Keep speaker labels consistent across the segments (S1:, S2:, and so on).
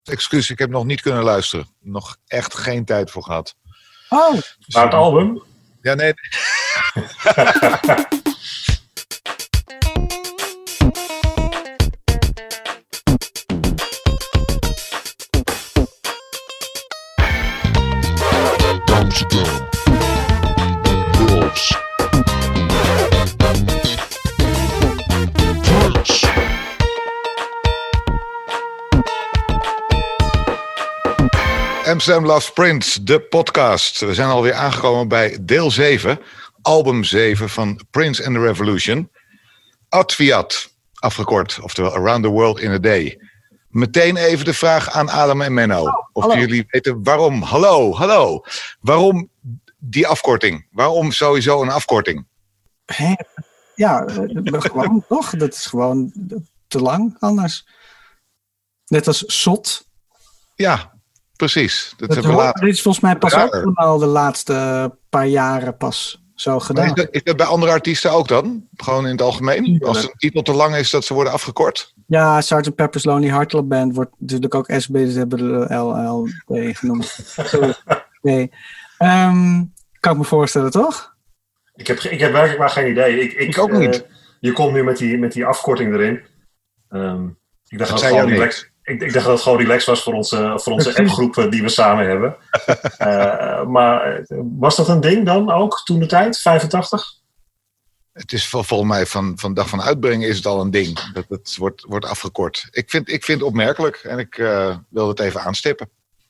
S1: Excuus, ik heb nog niet kunnen luisteren. Nog echt geen tijd voor gehad.
S2: Oh,
S3: maar het album?
S1: Ja, nee. Amsterdam Loves Prince, de podcast. We zijn alweer aangekomen bij deel 7, album 7 van Prince and the Revolution. Adviat, afgekort, oftewel Around the World in a Day. Meteen even de vraag aan Adam en Menno. Of jullie weten waarom, hallo, waarom die afkorting? Waarom sowieso een afkorting?
S2: Ja, gewoon toch? Dat is gewoon te lang anders. Net als SOT.
S1: Ja, precies.
S2: Dit is volgens mij pas ook al de laatste paar jaren pas zo gedaan.
S1: Is dat bij andere artiesten ook dan? Gewoon in het algemeen? Als een titel te lang is, dat ze worden afgekort?
S2: Ja, Sgt. Pepper's Lonely Hearts Club Band wordt natuurlijk ook SB, dus hebben de LLB genoemd. Nee. Kan ik me voorstellen, toch?
S3: Ik heb werkelijk maar geen idee. Ik ook niet. Je komt nu met die afkorting erin. Ik dacht dat het gewoon relaxed. Ik dacht dat het gewoon relaxed was voor onze appgroep die we samen hebben. Maar was dat een ding dan ook toen de tijd? 85?
S1: Het is volgens mij van dag van uitbrengen is het al een ding. Dat het wordt afgekort. Ik vind het opmerkelijk en ik wil het even aanstippen.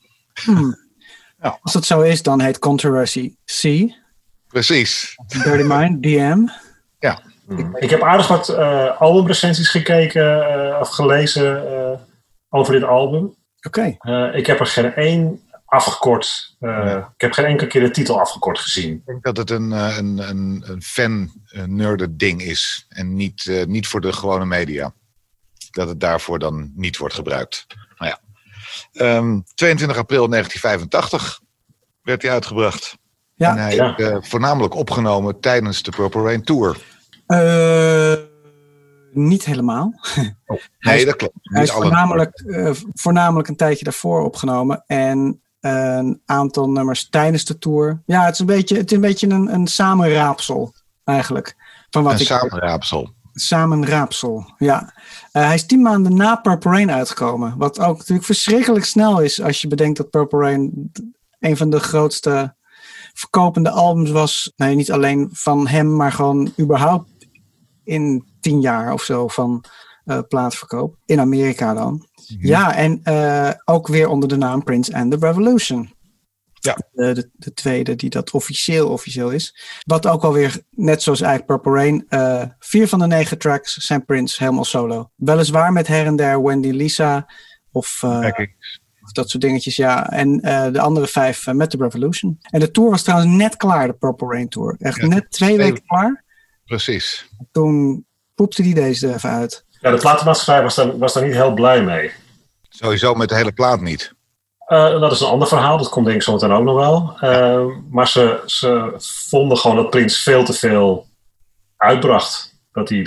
S2: Ja. Als dat zo is, dan heet Controversy C.
S1: Precies.
S2: Dirty Mind, DM.
S1: Ja.
S3: Ik heb aardig wat albumrecensies gekeken of gelezen over dit album.
S2: Oké.
S3: Ik heb er geen één afgekort. Ik heb geen enkele keer de titel afgekort gezien. Ik
S1: denk dat het een fan-nerden ding is. En niet voor de gewone media. Dat het daarvoor dan niet wordt gebruikt. Nou ja. 22 april 1985 werd hij uitgebracht. Ja. En hij is voornamelijk opgenomen tijdens de Purple Rain Tour.
S2: Niet helemaal.
S1: Nee, dat klopt.
S2: Hij is voornamelijk een tijdje daarvoor opgenomen. En een aantal nummers tijdens de tour. Ja, het is een beetje een samenraapsel eigenlijk. Samenraapsel, ja. Hij is 10 maanden na Purple Rain uitgekomen. Wat ook natuurlijk verschrikkelijk snel is als je bedenkt dat Purple Rain een van de grootste verkopende albums was. Nee, niet alleen van hem, maar gewoon überhaupt in 10 jaar of zo van plaatverkoop. In Amerika dan. Mm-hmm. Ja, en ook weer onder de naam Prince and the Revolution. Ja. De tweede die dat officieel is. Wat ook alweer, net zoals eigenlijk Purple Rain, 4 van de 9 tracks zijn Prince helemaal solo. Weliswaar met her en der Wendy Lisa of dat soort dingetjes, ja. En de andere 5 met The Revolution. En de tour was trouwens net klaar, de Purple Rain Tour. Echt net 2 weken klaar.
S1: Precies.
S2: Toen poepte die deze er even uit.
S3: Ja, de platenmaatschappij was daar niet heel blij mee.
S1: Sowieso met de hele plaat niet.
S3: Dat is een ander verhaal, dat komt denk ik zo meteen ook nog wel. Maar ze vonden gewoon dat Prince veel te veel uitbracht. Dat hij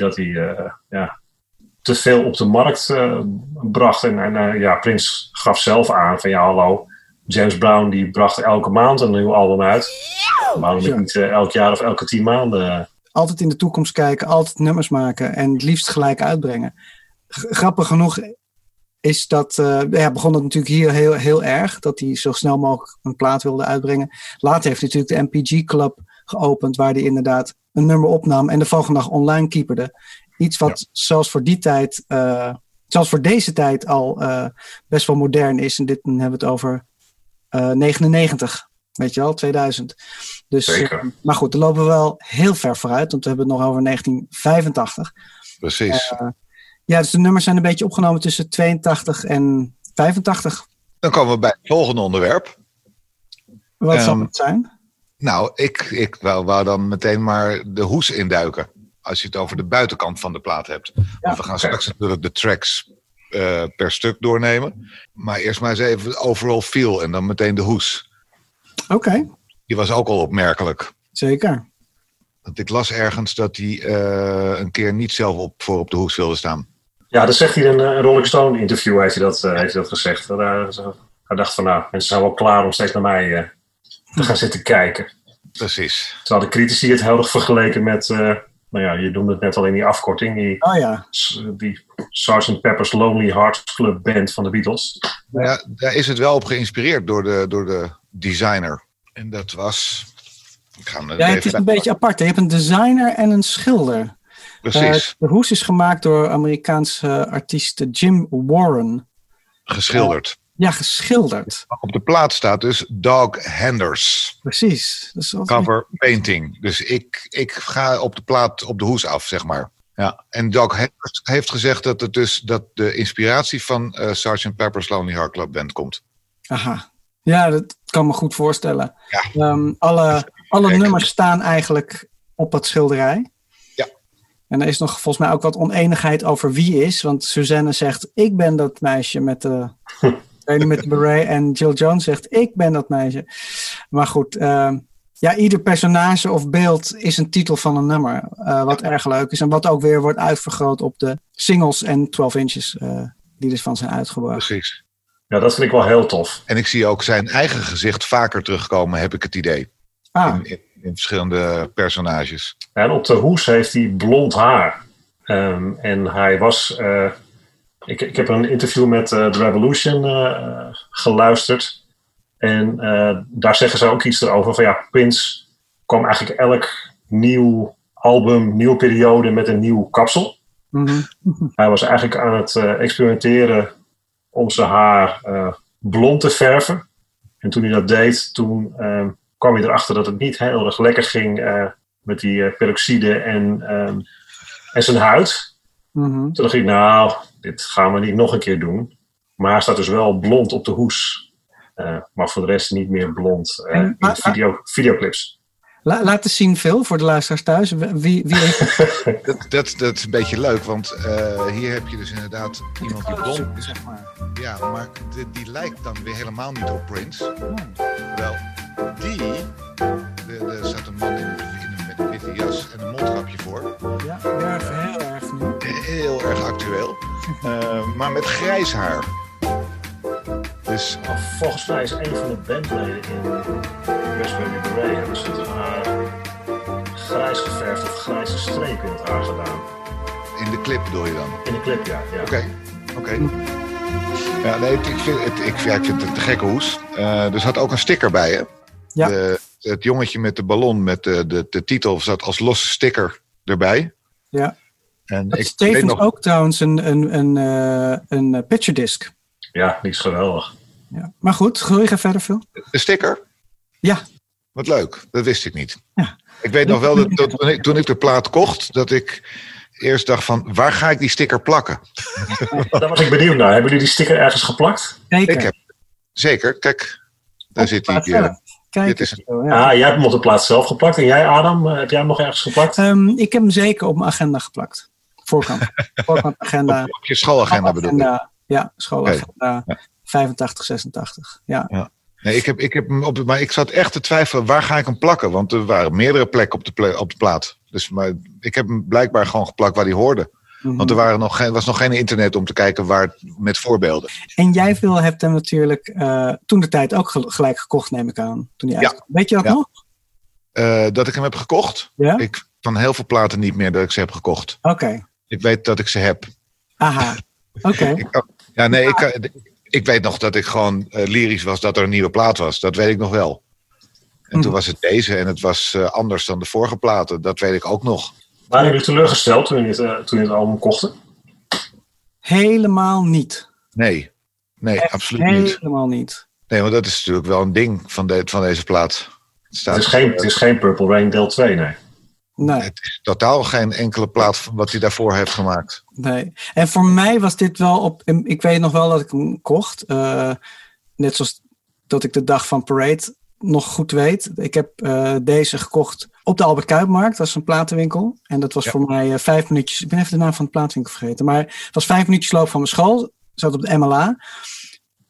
S3: te veel op de markt bracht. En Prince gaf zelf aan van hallo, James Brown die bracht elke maand een nieuw album uit. Waarom niet elk jaar of elke 10 maanden?
S2: Altijd in de toekomst kijken, altijd nummers maken en het liefst gelijk uitbrengen. Grappig genoeg is dat, begon het natuurlijk hier heel, heel erg, dat hij zo snel mogelijk een plaat wilde uitbrengen. Later heeft hij natuurlijk de MPG Club geopend, waar hij inderdaad een nummer opnam en de volgende dag online keeperde. Iets wat zelfs voor deze tijd al best wel modern is. En dan hebben we het over 99, weet je wel, 2000. Dus, maar goed, dan lopen we wel heel ver vooruit, want we hebben het nog over 1985.
S1: Precies.
S2: Dus de nummers zijn een beetje opgenomen tussen 82 en 85.
S1: Dan komen we bij het volgende onderwerp.
S2: Wat zal het zijn?
S1: Nou, ik wou dan meteen maar de hoes induiken. Als je het over de buitenkant van de plaat hebt. Want we gaan straks natuurlijk de tracks per stuk doornemen. Maar eerst maar eens even de overall feel en dan meteen de hoes.
S2: Oké.
S1: Die was ook al opmerkelijk.
S2: Zeker.
S1: Want ik las ergens dat hij een keer niet zelf voor op de hoes wilde staan.
S3: Ja, dat zegt hij in een Rolling Stone interview, heeft hij dat gezegd. Hij dacht van, nou, mensen zijn wel klaar om steeds naar mij te gaan zitten kijken.
S1: Precies.
S3: Terwijl de critici het heel erg vergeleken met, je noemde het net al in die afkorting, die Sgt. Pepper's Lonely Hearts Club Band van de Beatles.
S1: Nou ja, daar is het wel op geïnspireerd door de designer. En dat was...
S2: Het is een beetje apart. Je hebt een designer en een schilder.
S1: Precies.
S2: De hoes is gemaakt door Amerikaanse artiest Jim Warren.
S1: Geschilderd.
S2: Geschilderd.
S1: Op de plaat staat dus Dog Henders.
S2: Precies.
S1: Cover painting. Dus ik ga op de plaat op de hoes af, zeg maar. Ja. En Dog Henders heeft gezegd dat de inspiratie van Sgt. Pepper's Lonely Hearts Club Band komt.
S2: Aha. Ja, dat kan me goed voorstellen.
S1: Ja.
S2: Alle nummers staan eigenlijk op het schilderij.
S1: Ja.
S2: En er is nog volgens mij ook wat oneenigheid over wie is. Want Suzanne zegt, ik ben dat meisje met de beret. En Jill Jones zegt, ik ben dat meisje. Maar goed, ieder personage of beeld is een titel van een nummer. Wat erg leuk is. En wat ook weer wordt uitvergroot op de singles en 12 inches die dus van zijn uitgebracht.
S1: Precies.
S3: Ja, dat vind ik wel heel tof.
S1: En ik zie ook zijn eigen gezicht vaker terugkomen, heb ik het idee. In verschillende personages.
S3: En op de hoes heeft hij blond haar. En hij was... Ik heb een interview met The Revolution geluisterd. En daar zeggen ze ook iets erover. Van Prince kwam eigenlijk elk nieuw album, nieuwe periode met een nieuw kapsel.
S2: Mm-hmm.
S3: Hij was eigenlijk aan het experimenteren om zijn haar blond te verven. En toen hij dat deed, toen kwam hij erachter dat het niet heel erg lekker ging met die peroxide en zijn huid.
S2: Mm-hmm. Toen
S3: dacht ik, dit gaan we niet nog een keer doen. Maar hij staat dus wel blond op de hoes. Maar voor de rest niet meer blond in videoclips.
S2: Laat eens zien, Phil, voor de luisteraars thuis. Wie
S1: dat is een beetje leuk, want hier heb je dus inderdaad iemand die blond is.
S2: Zeg maar.
S1: Ja, maar die lijkt dan weer helemaal niet op Prince. Terwijl er staat een man met een witte jas en een mondkapje voor.
S2: Ja, heel erg nu.
S1: Heel erg actueel. Maar met grijs haar. Dus...
S3: Volgens mij is een van de bandleden in Raspberry Beret hebben ze het haar grijs geverfd of grijze streep in het haar gedaan.
S1: In de clip bedoel je dan?
S3: In de clip, ja.
S1: Oké. Ja, nee, ik vind het een gekke hoes. Er zat ook een sticker bij, hè?
S2: Ja.
S1: Het jongetje met de ballon met de titel zat als losse sticker erbij.
S2: Ja.
S1: En
S2: dat is tevens ook trouwens een picture disc.
S3: Ja, die is geweldig.
S2: Ja. Maar goed, ga verder, Phil.
S1: De sticker?
S2: Ja.
S1: Wat leuk, dat wist ik niet.
S2: Ja.
S1: Ik weet nog wel dat toen ik de plaat kocht, dat ik eerst dacht van, waar ga ik die sticker plakken?
S3: Daar was ik benieuwd naar. Hebben jullie die sticker ergens geplakt?
S1: Zeker, kijk, daar zit hij.
S2: Kijk,
S3: jij hebt hem op de plaats zelf geplakt. En jij, Adam, heb jij hem nog ergens geplakt?
S2: Ik heb hem zeker op mijn agenda geplakt. Voorkant agenda.
S1: Op je schoolagenda bedoel je?
S2: Ja, schoolagenda. Okay. 85, 86. Ja.
S1: Nee, ik heb hem maar ik zat echt te twijfelen, waar ga ik hem plakken? Want er waren meerdere plekken op de plaat. Dus, maar ik heb hem blijkbaar gewoon geplakt waar hij hoorde. Mm-hmm. Want er was nog geen internet om te kijken waar met voorbeelden.
S2: En jij, Phil, hebt hem natuurlijk toen de tijd ook gelijk gekocht, neem ik aan. Toen hij uitkwam. Weet je dat nog? Dat
S1: ik hem heb gekocht?
S2: Ja?
S1: Ik van heel veel platen niet meer dat ik ze heb gekocht.
S2: Oké.
S1: Ik weet dat ik ze heb.
S2: Aha, oké.
S1: Ik weet nog dat ik gewoon lyrisch was dat er een nieuwe plaat was. Dat weet ik nog wel. En toen was het deze en het was anders dan de vorige platen. Dat weet ik ook nog.
S3: Waren jullie teleurgesteld toen je het album kochten?
S2: Helemaal niet.
S1: Nee, absoluut niet.
S2: Helemaal niet.
S1: Nee, want dat is natuurlijk wel een ding van deze plaat.
S3: Het is geen Purple Rain deel 2, nee.
S1: Het is totaal geen enkele plaat wat hij daarvoor heeft gemaakt.
S2: Nee. En voor mij was dit wel ik weet nog wel dat ik hem kocht. Net zoals dat ik de dag van Parade nog goed weet. Ik heb deze gekocht op de Albert Kuipmarkt. Dat is een platenwinkel. En dat was voor mij 5 minuutjes. Ik ben even de naam van de platenwinkel vergeten. Maar het was 5 minuutjes loop van mijn school. Ik zat op de MLA.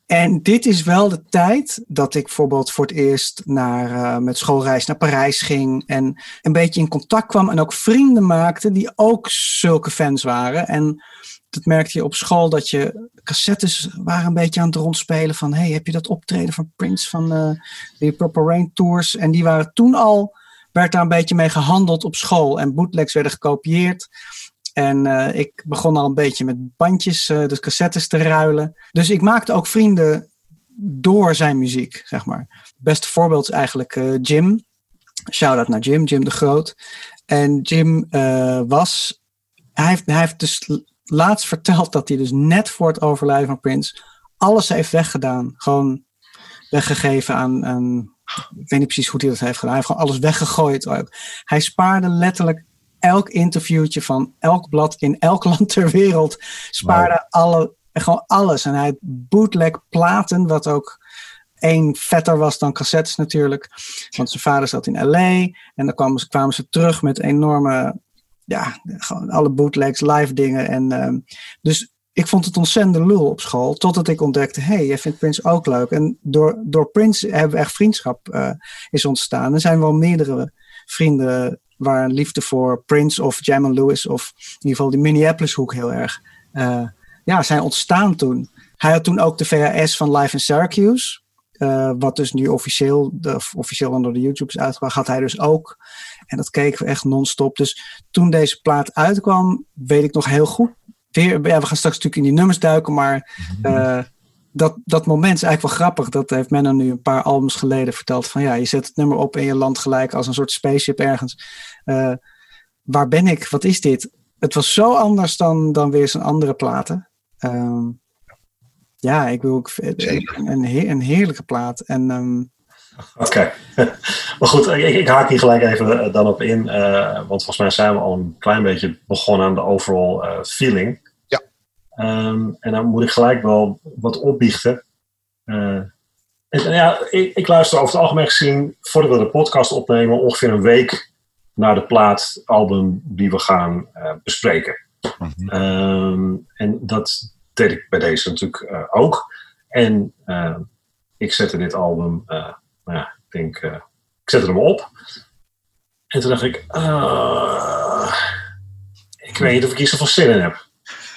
S2: En dit is wel de tijd dat ik bijvoorbeeld voor het eerst met schoolreis naar Parijs ging. En een beetje in contact kwam en ook vrienden maakte die ook zulke fans waren. En dat merkte je op school dat je cassettes waren een beetje aan het rondspelen. Van hey, heb je dat optreden van Prince van die Purple Rain Tours? En die waren toen al, werd daar een beetje mee gehandeld op school. En bootlegs werden gekopieerd. En ik begon al een beetje met bandjes, dus cassettes te ruilen. Dus ik maakte ook vrienden door zijn muziek, zeg maar. Het beste voorbeeld is eigenlijk Jim. Shout-out naar Jim de Groot. En Jim hij heeft dus laatst verteld dat hij dus net voor het overlijden van Prince alles heeft weggedaan. Gewoon weggegeven aan ik weet niet precies hoe hij dat heeft gedaan. Hij heeft gewoon alles weggegooid. Hij spaarde letterlijk elk interviewtje van elk blad in elk land ter wereld. Spaarde gewoon alles. En hij had bootleg platen, wat ook vetter was dan cassettes natuurlijk. Want zijn vader zat in L.A. En dan kwamen ze terug met enorme, gewoon alle bootlegs, live dingen. En dus ik vond het ontzettend lul op school. Totdat ik ontdekte, hey, jij vindt Prince ook leuk. En door Prince hebben we echt vriendschap is ontstaan. Er zijn wel meerdere vrienden waar een liefde voor Prince of Jam & Lewis of in ieder geval die Minneapolis hoek heel erg zijn ontstaan toen. Hij had toen ook de VHS van Live in Syracuse. Wat dus nu officieel dan door de YouTube is uitgebracht, had hij dus ook. En dat keken we echt non-stop. Dus toen deze plaat uitkwam, weet ik nog heel goed. We gaan straks natuurlijk in die nummers duiken, maar dat moment is eigenlijk wel grappig. Dat heeft Menno nu een paar albums geleden verteld. Van je zet het nummer op en je landt gelijk als een soort spaceship ergens. Waar ben ik? Wat is dit? Het was zo anders dan weer zijn andere platen. Ik wil ook een heerlijke plaat.
S3: Oké. Maar goed, ik haak hier gelijk even dan op in. Want volgens mij zijn we al een klein beetje begonnen aan de overall feeling.
S1: Ja.
S3: En dan moet ik gelijk wel wat opbiechten. Ik luister over het algemeen gezien, voordat we de podcast opnemen, ongeveer een week naar de album die we gaan bespreken. Mm-hmm. En dat deed ik bij deze natuurlijk ook. En ik zette dit album, ik zette hem op. En toen dacht ik, ik weet niet of ik hier zoveel zin in heb.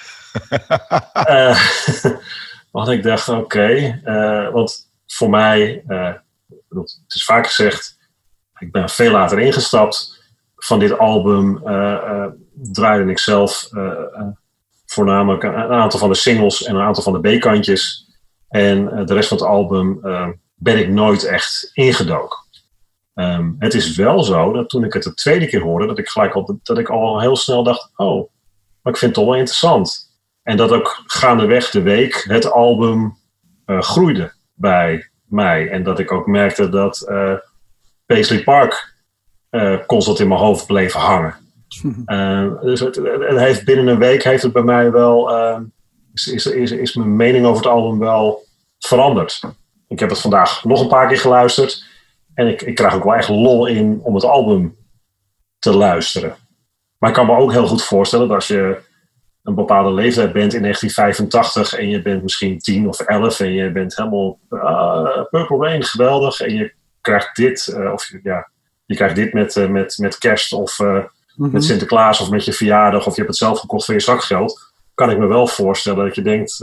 S3: Want ik dacht, oké, want voor mij, het is vaak gezegd, ik ben veel later ingestapt. Van dit album draaide ik zelf voornamelijk een aantal van de singles en een aantal van de B-kantjes. En de rest van het album ben ik nooit echt ingedoken. Het is wel zo dat toen ik het de tweede keer hoorde, dat ik al heel snel dacht, oh, maar ik vind het toch wel interessant. En dat ook gaandeweg de week het album groeide bij mij. En dat ik ook merkte dat Paisley Park constant in mijn hoofd bleef hangen. Dus het heeft binnen een week heeft het bij mij wel is mijn mening over het album wel veranderd. Ik heb het vandaag nog een paar keer geluisterd en ik krijg ook wel echt lol in om het album te luisteren. Maar ik kan me ook heel goed voorstellen dat als je een bepaalde leeftijd bent in 1985 en je bent misschien 10 of 11 en je bent helemaal Purple Rain, geweldig, en je krijgt dit je krijgt dit met kerst of met Sinterklaas of met je verjaardag of je hebt het zelf gekocht voor je zakgeld, kan ik me wel voorstellen dat je denkt,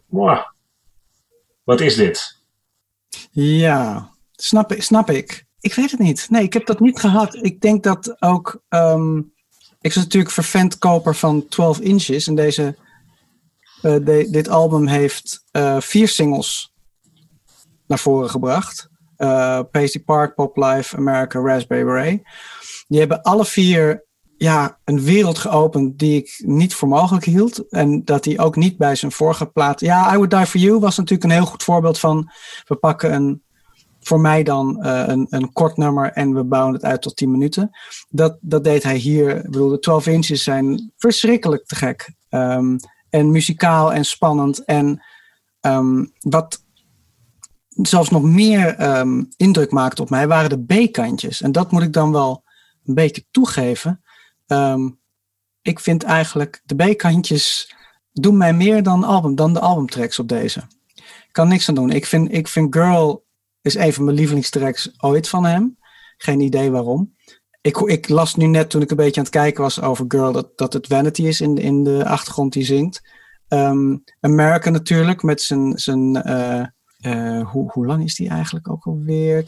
S3: wat is dit?
S2: Ja, snap ik. Ik weet het niet. Nee, ik heb dat niet gehad. Ik denk dat ook ik was natuurlijk vervent koper van 12 Inches en dit album heeft 4 singles naar voren gebracht. Paisley Park, Pop Life, America, Raspberry Beret. Die hebben alle 4 een wereld geopend die ik niet voor mogelijk hield. En dat hij ook niet bij zijn vorige plaat... I Would Die For You was natuurlijk een heel goed voorbeeld van... we pakken voor mij dan een kort nummer en we bouwen het uit tot 10 minuten. Dat deed hij hier. Ik bedoel, de 12 Inches zijn verschrikkelijk te gek. En muzikaal en spannend. En wat zelfs nog meer indruk maakte op mij waren de B-kantjes. En dat moet ik dan wel een beetje toegeven. Ik vind eigenlijk de B-kantjes doen mij meer dan de albumtracks op deze. kan niks aan doen. Ik vind Girl is een van mijn lievelingstracks ooit van hem. Geen idee waarom. Ik las nu net toen ik een beetje aan het kijken was over Girl dat het Vanity is in de achtergrond die zingt. America natuurlijk met zijn hoe lang is die eigenlijk ook alweer?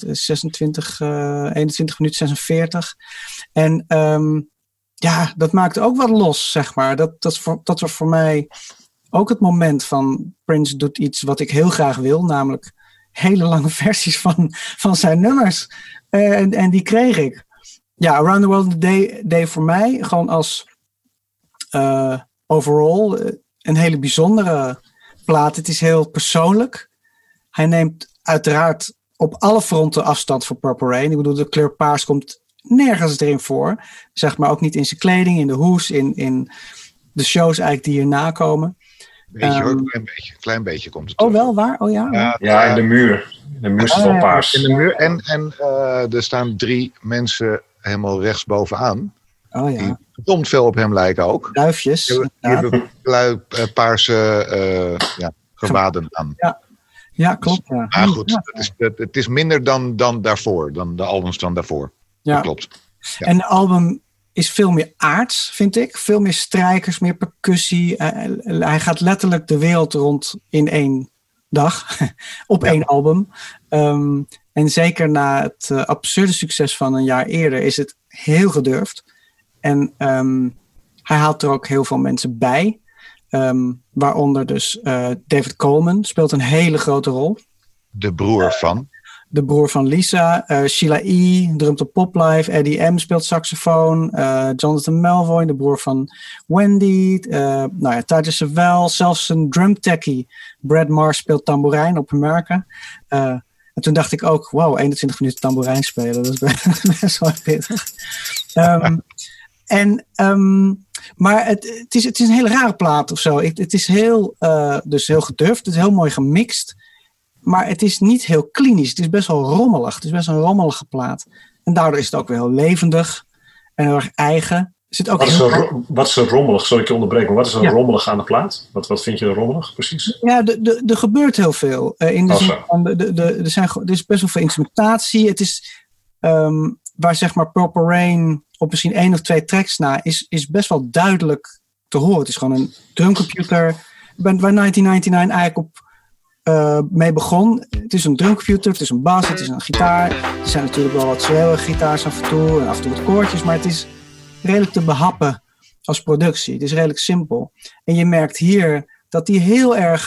S2: 21 minuten 46. En dat maakt ook wat los, zeg maar. Dat was voor mij ook het moment van Prince doet iets wat ik heel graag wil, namelijk hele lange versies van zijn nummers. En die kreeg ik. Ja, Around the World Day voor mij gewoon als overall een hele bijzondere plaat. Het is heel persoonlijk. Hij neemt uiteraard op alle fronten afstand van Purple Rain. Ik bedoel, de kleur paars komt nergens erin voor. Zeg maar ook niet in zijn kleding, in de hoes, in de shows eigenlijk die hierna komen.
S1: Klein beetje komt het.
S2: Oh, wel? Waar? Oh ja?
S3: Ja, in de muur. De muur is wel paars.
S1: In de muur. En er staan 3 mensen helemaal rechtsbovenaan.
S2: Oh ja.
S1: Die verdomd veel op hem lijken ook.
S2: Duifjes.
S1: Die hebben paarse gewaden aan.
S2: Ja, klopt. Ja.
S1: Maar goed, het is minder dan daarvoor. Dan de albums dan daarvoor.
S2: Ja.
S1: Dat klopt. Ja.
S2: En de album is veel meer aards, vind ik. Veel meer strijkers, meer percussie. Hij gaat letterlijk de wereld rond in 1 dag. Op 1 album. En zeker na het absurde succes van een jaar eerder is het heel gedurfd. En hij haalt er ook heel veel mensen bij. Waaronder dus David Coleman speelt een hele grote rol.
S1: De broer van?
S2: De broer van Lisa. Sheila E. drumt op Poplife. Eddie M. speelt saxofoon. Jonathan Melvoin, de broer van Wendy. Titus Savell. Zelfs een drumtechie. Brad Mars speelt tamboerijn op America. En toen dacht ik ook, wow, 21 minuten tamboerijn spelen. Dat is best wel pittig. Maar het is een hele rare plaat of zo. Het is heel gedurfd. Het is heel mooi gemixt. Maar het is niet heel klinisch. Het is best wel rommelig. Het is best wel een rommelige plaat. En daardoor is het ook weer heel levendig. En heel erg eigen.
S3: Wat is er rommelig? Sorry, ik je onderbreken. Wat is er rommelig aan de plaat? Wat vind je er rommelig precies?
S2: Ja, er gebeurt heel veel. In de zin van, er is best wel veel instrumentatie. Het is waar zeg maar Purple Rain op misschien 1 of 2 tracks na is best wel duidelijk te horen. Het is gewoon een drumcomputer. Waar 1999 eigenlijk op mee begon. Het is een drumcomputer, het is een bas, het is een gitaar. Er zijn natuurlijk wel wat schreeuwige gitaars af en toe en af en toe wat koortjes, maar het is redelijk te behappen als productie. Het is redelijk simpel. En je merkt hier dat die heel erg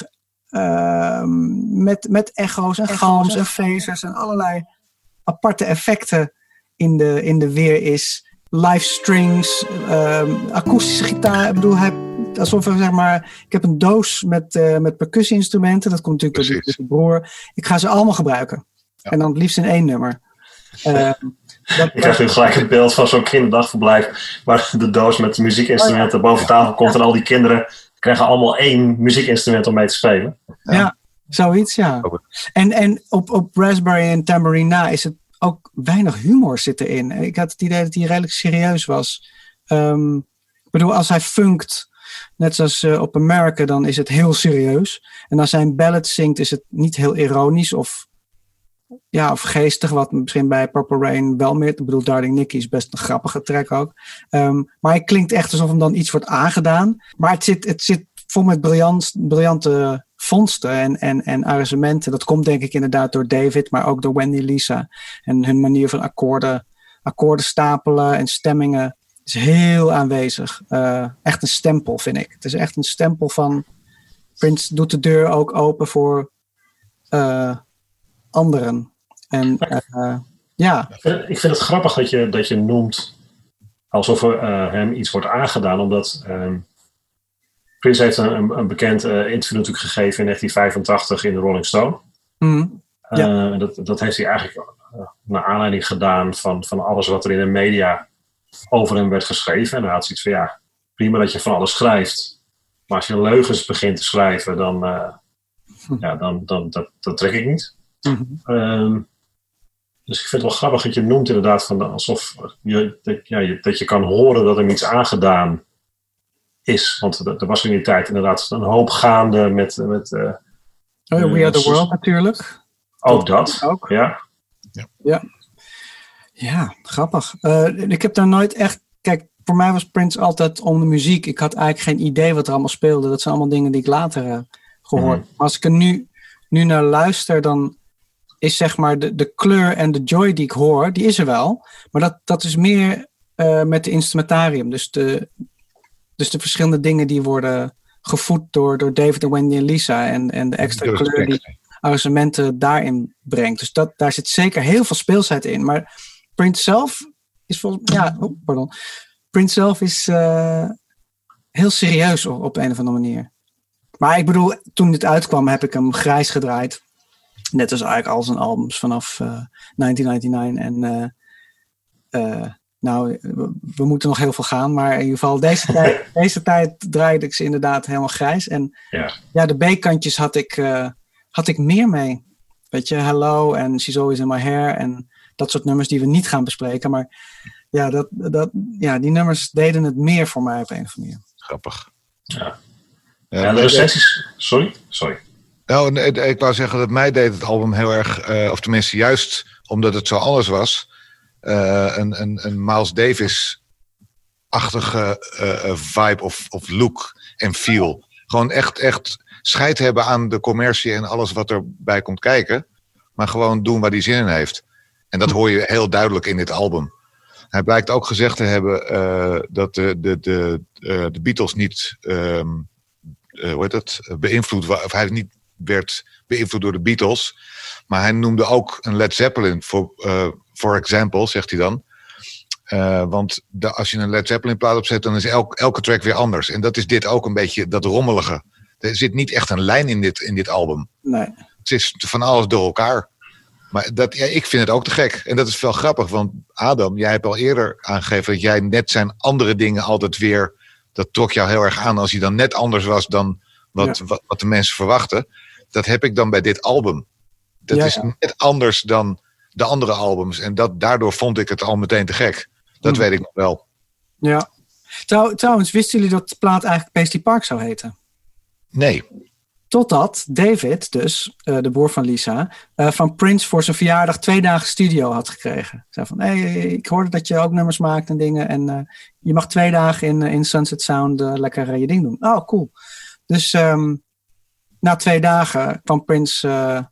S2: met echo's en galms en phasers en allerlei aparte effecten in de weer is. Live strings, akoestische gitaar. Ik bedoel, alsof zeg maar, ik heb een doos met percussie-instrumenten. Dat komt natuurlijk door de broer. Ik ga ze allemaal gebruiken. Ja. En dan het liefst in 1 nummer.
S3: Ik krijg nu gelijk het beeld van zo'n kinderdagverblijf waar de doos met muziekinstrumenten boven tafel komt en al die kinderen krijgen allemaal 1 muziekinstrument om mee te spelen.
S2: Ja, zoiets, ja. En op Raspberry en Tambourine na is het ook weinig humor zit erin. Ik had het idee dat hij redelijk serieus was. Ik bedoel, als hij funkt, net zoals op America, dan is het heel serieus. En als hij een ballad zingt, is het niet heel ironisch of geestig, wat misschien bij Purple Rain wel meer. Ik bedoel, Darling Nikki is best een grappige track ook. Maar hij klinkt echt alsof hem dan iets wordt aangedaan. Maar het zit vol met briljante vondsten en arrangementen. Dat komt denk ik inderdaad door David, maar ook door Wendy Lisa. En hun manier van akkoorden stapelen en stemmingen is heel aanwezig. Echt een stempel, vind ik. Het is echt een stempel van Prince doet de deur ook open voor anderen. En
S3: Ik vind het grappig dat je noemt alsof er hem iets wordt aangedaan, omdat Prince heeft een bekend interview natuurlijk gegeven in 1985 in de Rolling Stone.
S2: Mm, ja.
S3: Dat heeft hij eigenlijk naar aanleiding gedaan van alles wat er in de media over hem werd geschreven. En hij had zoiets van, prima dat je van alles schrijft. Maar als je leugens begint te schrijven, dan dat trek ik niet. Mm-hmm. Dus ik vind het wel grappig dat je noemt inderdaad van alsof dat je kan horen dat hem iets aangedaan is. Want er was in die tijd inderdaad een hoop gaande met
S2: We Are The World natuurlijk.
S3: Ook dat,
S2: ook.
S3: Ja.
S2: Ja, grappig. Ik heb daar nooit echt... Kijk, voor mij was Prince altijd om de muziek. Ik had eigenlijk geen idee wat er allemaal speelde. Dat zijn allemaal dingen die ik later gehoord. Maar als ik er nu naar luister, dan is zeg maar de kleur en de joy die ik hoor, die is er wel. Maar dat is meer met de instrumentarium. Dus de verschillende dingen die worden gevoed door David en Wendy en Lisa. En de extra kleur die arrangementen daarin brengt. Dus daar zit zeker heel veel speelsheid in. Maar Prince zelf is Prince zelf is heel serieus op een of andere manier. Maar ik bedoel, toen dit uitkwam heb ik hem grijs gedraaid. Net als eigenlijk al zijn albums vanaf 1999. En we moeten nog heel veel gaan. Maar in ieder geval deze tijd draaide ik ze inderdaad helemaal grijs. En ja, de B-kantjes had ik meer mee. Weet je, Hello en She's Always in My Hair. En dat soort nummers die we niet gaan bespreken. Maar ja, die nummers deden het meer voor mij op een of andere manier.
S1: Grappig.
S3: Ja. En de recensies... Sorry?
S1: Nou, nee, ik wou zeggen dat mij deed het album heel erg... of tenminste juist omdat het zo anders was... een Miles Davis-achtige vibe of look en feel. Gewoon echt scheid hebben aan de commercie en alles wat erbij komt kijken. Maar gewoon doen waar hij zin in heeft. En dat hoor je heel duidelijk in dit album. Hij blijkt ook gezegd te hebben dat de Beatles niet beïnvloed was. Of hij niet werd beïnvloed door de Beatles. Maar hij noemde ook een Led Zeppelin for example, zegt hij dan. Want als je een Led Zeppelin plaat opzet, dan is elke track weer anders. En dat is dit ook een beetje, dat rommelige. Er zit niet echt een lijn in dit album.
S2: Nee.
S1: Het is van alles door elkaar. Maar ik vind het ook te gek. En dat is wel grappig, want Adam, jij hebt al eerder aangegeven dat jij net zijn andere dingen altijd weer... Dat trok jou heel erg aan als hij dan net anders was dan wat de mensen verwachten. Dat heb ik dan bij dit album. Dat is net anders dan de andere albums. En daardoor vond ik het al meteen te gek. Dat weet ik nog wel.
S2: Ja. Trouwens, wisten jullie dat de plaat eigenlijk Paisley Park zou heten?
S1: Nee.
S2: Totdat David, dus de broer van Lisa, van Prince voor zijn verjaardag 2 dagen studio had gekregen. Zei van, ik hoorde dat je ook nummers maakt en dingen. En je mag 2 dagen in Sunset Sound lekker je ding doen. Oh, cool. Dus na 2 dagen kwam Prince...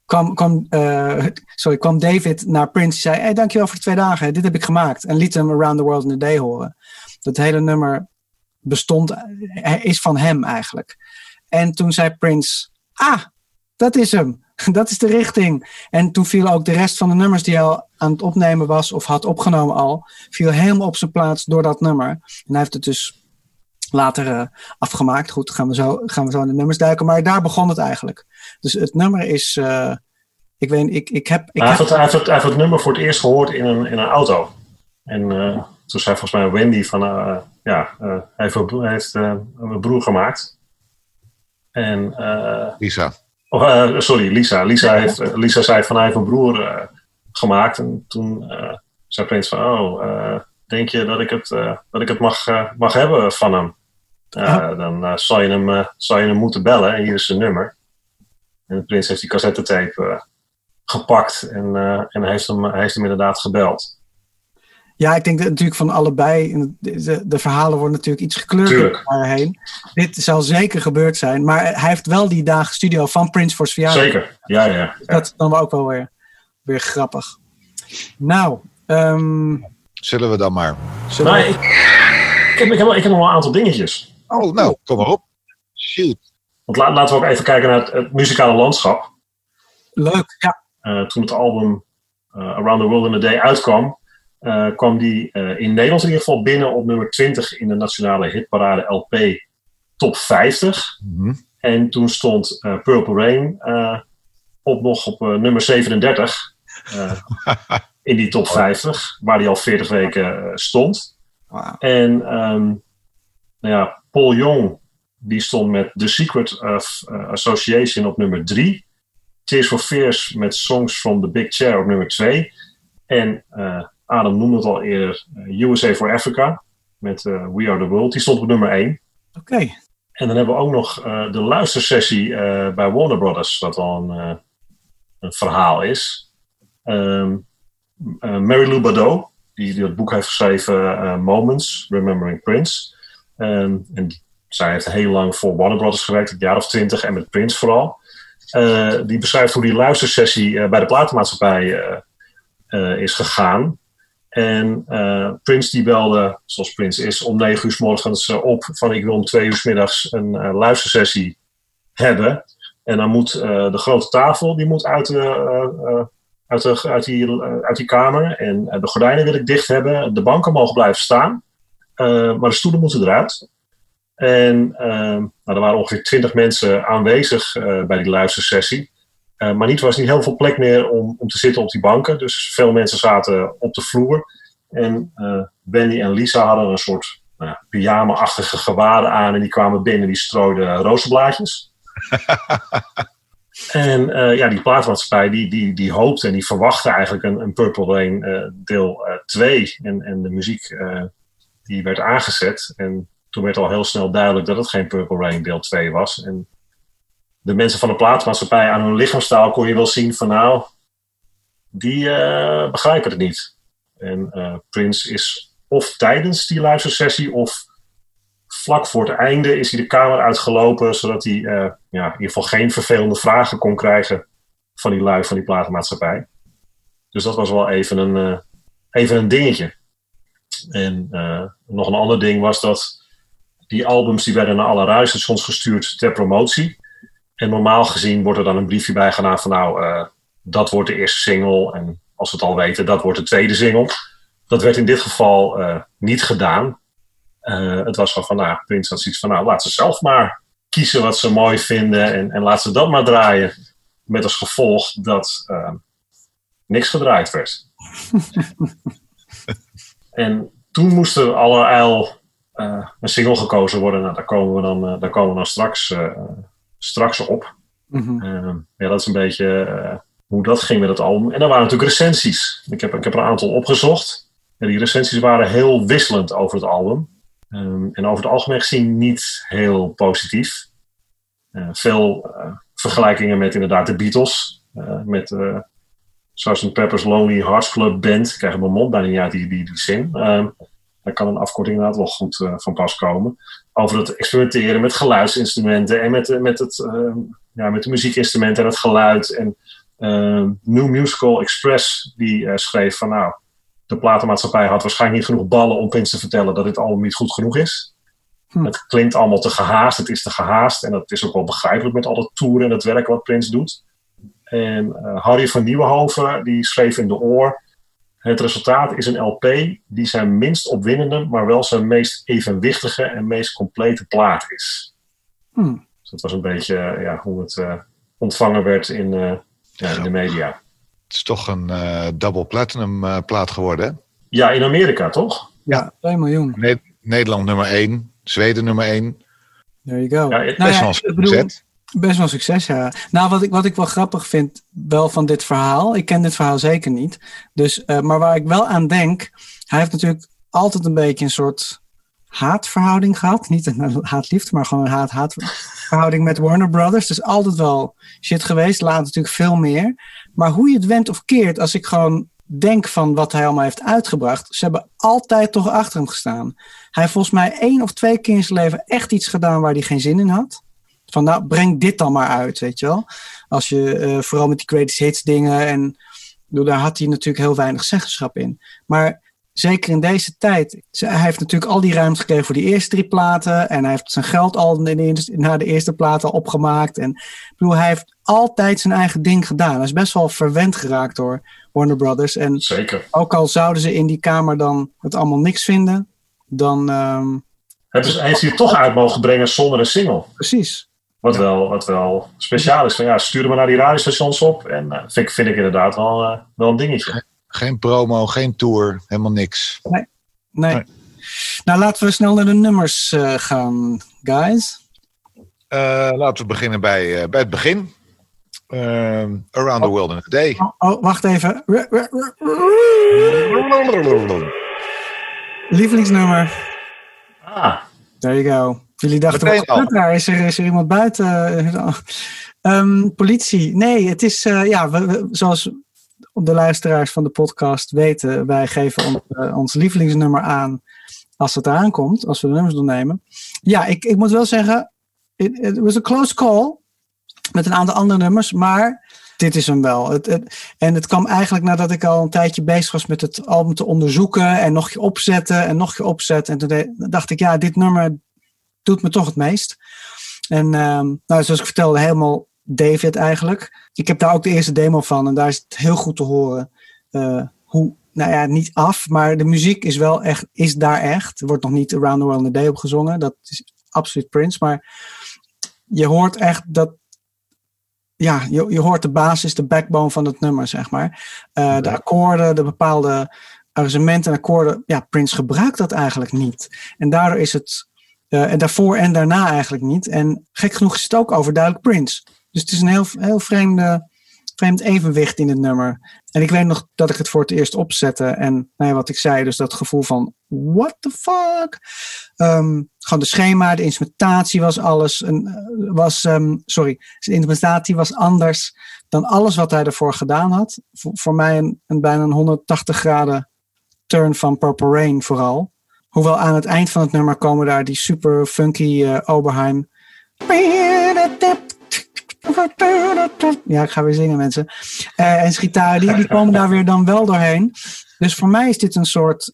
S2: kwam David naar Prince en zei... dankjewel voor de 2 dagen, dit heb ik gemaakt. En liet hem Around the World in a Day horen. Dat hele nummer is van hem eigenlijk. En toen zei Prince... dat is hem. Dat is de richting. En toen viel ook de rest van de nummers die hij al aan het opnemen was... of had opgenomen al... viel helemaal op zijn plaats door dat nummer. En hij heeft het dus later afgemaakt. Goed, gaan we zo in de nummers duiken. Maar daar begon het eigenlijk. Dus het nummer is... Hij
S3: heeft het nummer voor het eerst gehoord in een auto. En toen zei volgens mij Wendy van... hij heeft een broer gemaakt. En...
S1: Lisa.
S3: Lisa. Lisa zei van hij heeft een broer gemaakt. En toen zei Prince van... denk je dat ik het mag hebben van hem? Dan zal je hem moeten bellen. En hier is zijn nummer. En de Prins heeft die cassettetape gepakt. En hij heeft hem inderdaad gebeld.
S2: Ja, ik denk dat natuurlijk van allebei. De verhalen worden natuurlijk iets gekleurd daarheen. Dit zal zeker gebeurd zijn. Maar hij heeft wel die dagen studio van Prince voor zijn verjaardag.
S3: Zeker, ja.
S2: Dat is dan ook wel weer grappig. Nou...
S1: Zullen we dan maar?
S3: Ik heb nog wel een aantal dingetjes.
S1: Oh, nou, kom maar op. Shoot.
S3: Want laten we ook even kijken naar het muzikale landschap.
S2: Leuk, ja.
S3: Toen het album Around the World in a Day uitkwam... kwam die in Nederland in ieder geval binnen op nummer 20... in de nationale hitparade LP Top 50. Mm-hmm. En toen stond Purple Rain nog op nummer 37... in die top 50, waar die al 40 weken stond.
S2: Wow.
S3: En Paul Young, die stond met The Secret of Association op nummer 3. Tears for Fears met Songs from the Big Chair op nummer 2. En Adam noemde het al eerder, USA for Africa met We Are the World. Die stond op nummer 1.
S2: Oké.
S3: En dan hebben we ook nog de luistersessie bij Warner Brothers, wat wel een verhaal is. Mary Lou Badeau, die het boek heeft geschreven, Moments, Remembering Prince. En zij heeft heel lang voor Warner Brothers gewerkt, een jaar of 20, en met Prince vooral. Die beschrijft hoe die luistersessie bij de platenmaatschappij is gegaan. En Prince die belde, zoals Prince is, om 9 uur 's morgens op van ik wil om 2 uur 's middags een luistersessie hebben. En dan moet de grote tafel, die moet uit die kamer. En de gordijnen wil ik dicht hebben. De banken mogen blijven staan. Maar de stoelen moeten eruit. En er waren ongeveer 20 mensen aanwezig bij die luistersessie. Maar was niet heel veel plek meer om te zitten op die banken. Dus veel mensen zaten op de vloer. En Wendy en Lisa hadden een soort pyjama-achtige gewaden aan. En die kwamen binnen, die strooiden rozenblaadjes. En die platenmaatschappij die hoopte en die verwachtte eigenlijk een Purple Rain deel 2. En de muziek die werd aangezet. En toen werd al heel snel duidelijk dat het geen Purple Rain deel 2 was. En de mensen van de platenmaatschappij aan hun lichaamstaal kon je wel zien van die begrijpen het niet. En Prince is of tijdens die luistersessie of vlak voor het einde is hij de kamer uitgelopen, zodat hij in ieder geval geen vervelende vragen kon krijgen van die lui van die platenmaatschappij. Dus dat was wel even een dingetje. En nog een ander ding was dat die albums die werden naar alle radiostations gestuurd ter promotie. En normaal gezien wordt er dan een briefje bij gedaan van dat wordt de eerste single. En als we het al weten, dat wordt de tweede single. Dat werd in dit geval niet gedaan. Het was van Prince had zoiets van laat ze zelf maar kiezen wat ze mooi vinden. En laat ze dat maar draaien. Met als gevolg dat niks gedraaid werd. En toen moest er allerijl een single gekozen worden. Daar komen we dan straks op. Mm-hmm. Dat is een beetje hoe dat ging met het album. En er waren natuurlijk recensies. Ik heb er een aantal opgezocht. En die recensies waren heel wisselend over het album. En over het algemeen gezien niet heel positief. Veel vergelijkingen met inderdaad de Beatles. Met Sgt. Pepper's Lonely Hearts Club Band. Ik krijg mijn mond bijna niet uit die zin. Daar kan een afkorting inderdaad wel goed van pas komen. Over het experimenteren met geluidsinstrumenten en met de muziekinstrumenten en het geluid. En New Musical Express die schreef van de platenmaatschappij had waarschijnlijk niet genoeg ballen om Prince te vertellen dat dit album niet goed genoeg is. Het klinkt allemaal te gehaast, het is te gehaast en dat is ook wel begrijpelijk met al dat toeren en het werk wat Prince doet. En Harry van Nieuwenhoven die schreef in De Oor: het resultaat is een LP die zijn minst opwindende, maar wel zijn meest evenwichtige en meest complete plaat is. Dus dat was een beetje hoe het ontvangen werd in de media.
S1: Het is toch een double platinum plaat geworden, hè?
S3: Ja, in Amerika, toch?
S2: Ja, 2 miljoen.
S1: Nederland nummer 1, Zweden nummer 1.
S2: There you go.
S1: Ja, best wel succes.
S2: Best wel succes, ja. Nou, wat ik wel grappig vind wel van dit verhaal. Ik ken dit verhaal zeker niet. Dus, maar waar ik wel aan denk. Hij heeft natuurlijk altijd een beetje een soort haatverhouding gehad. Niet een haatliefde, maar gewoon een haatverhouding met Warner Brothers. Dus altijd wel shit geweest. Later natuurlijk veel meer. Maar hoe je het went of keert, als ik gewoon denk van wat hij allemaal heeft uitgebracht. Ze hebben altijd toch achter hem gestaan. Hij heeft volgens mij 1 of 2 keer in zijn leven echt iets gedaan waar hij geen zin in had. Van breng dit dan maar uit, weet je wel. Als je vooral met die greatest hits dingen en daar had hij natuurlijk heel weinig zeggenschap in. Maar zeker in deze tijd, hij heeft natuurlijk al die ruimte gekregen voor die eerste 3 platen en hij heeft zijn geld al na de eerste platen opgemaakt. En hij heeft altijd zijn eigen ding gedaan. Hij is best wel verwend geraakt door Warner Brothers. En
S3: zeker.
S2: Ook al zouden ze in die kamer dan het allemaal niks vinden, dan
S3: heeft hij het toch uit mogen brengen zonder een single.
S2: Precies.
S3: Wat wel speciaal is. Van stuur maar naar die radiostations op. En vind ik inderdaad wel een dingetje.
S1: Geen promo, geen tour, helemaal niks.
S2: Nee. Nou, laten we snel naar de nummers gaan, guys.
S1: Laten we beginnen bij het begin. Around the World in a Day.
S2: Oh, wacht even. Lievelingsnummer.
S3: Ah.
S2: There you go. Jullie dachten, wat gebeurt daar? Is er iemand buiten? Politie. Nee, het is, zoals de luisteraars van de podcast weten, wij geven ons lievelingsnummer aan als het eraan komt, als we de nummers doornemen. Ja, ik moet wel zeggen, it was a close call met een aantal andere nummers, maar dit is hem wel. En het kwam eigenlijk nadat ik al een tijdje bezig was met het album te onderzoeken en nog je opzetten en nog je opzetten. En toen dacht ik, ja, dit nummer doet me toch het meest. En zoals ik vertelde, helemaal David eigenlijk. Ik heb daar ook de eerste demo van en daar is het heel goed te horen hoe, niet af, maar de muziek is daar echt. Er wordt nog niet Around the World in a Day op gezongen. Dat is absoluut Prince, maar je hoort echt dat. Ja, je hoort de basis, de backbone van het nummer, zeg maar. De akkoorden, de bepaalde arrangementen en akkoorden. Ja, Prince gebruikt dat eigenlijk niet. En daardoor is het, en daarvoor en daarna eigenlijk niet. En gek genoeg is het ook overduidelijk Prince. Dus het is een heel vreemd evenwicht in het nummer. En ik weet nog dat ik het voor het eerst opzette. En wat ik zei, dus dat gevoel van, what the fuck? Gewoon de schema, de instrumentatie was alles. De instrumentatie was anders dan alles wat hij ervoor gedaan had. Voor mij een bijna een 180 graden turn van Purple Rain vooral. Hoewel aan het eind van het nummer komen daar die super funky Oberheim. Ja, ik ga weer zingen, mensen. En zijn gitaar, die komen daar weer dan wel doorheen. Dus voor mij is dit een soort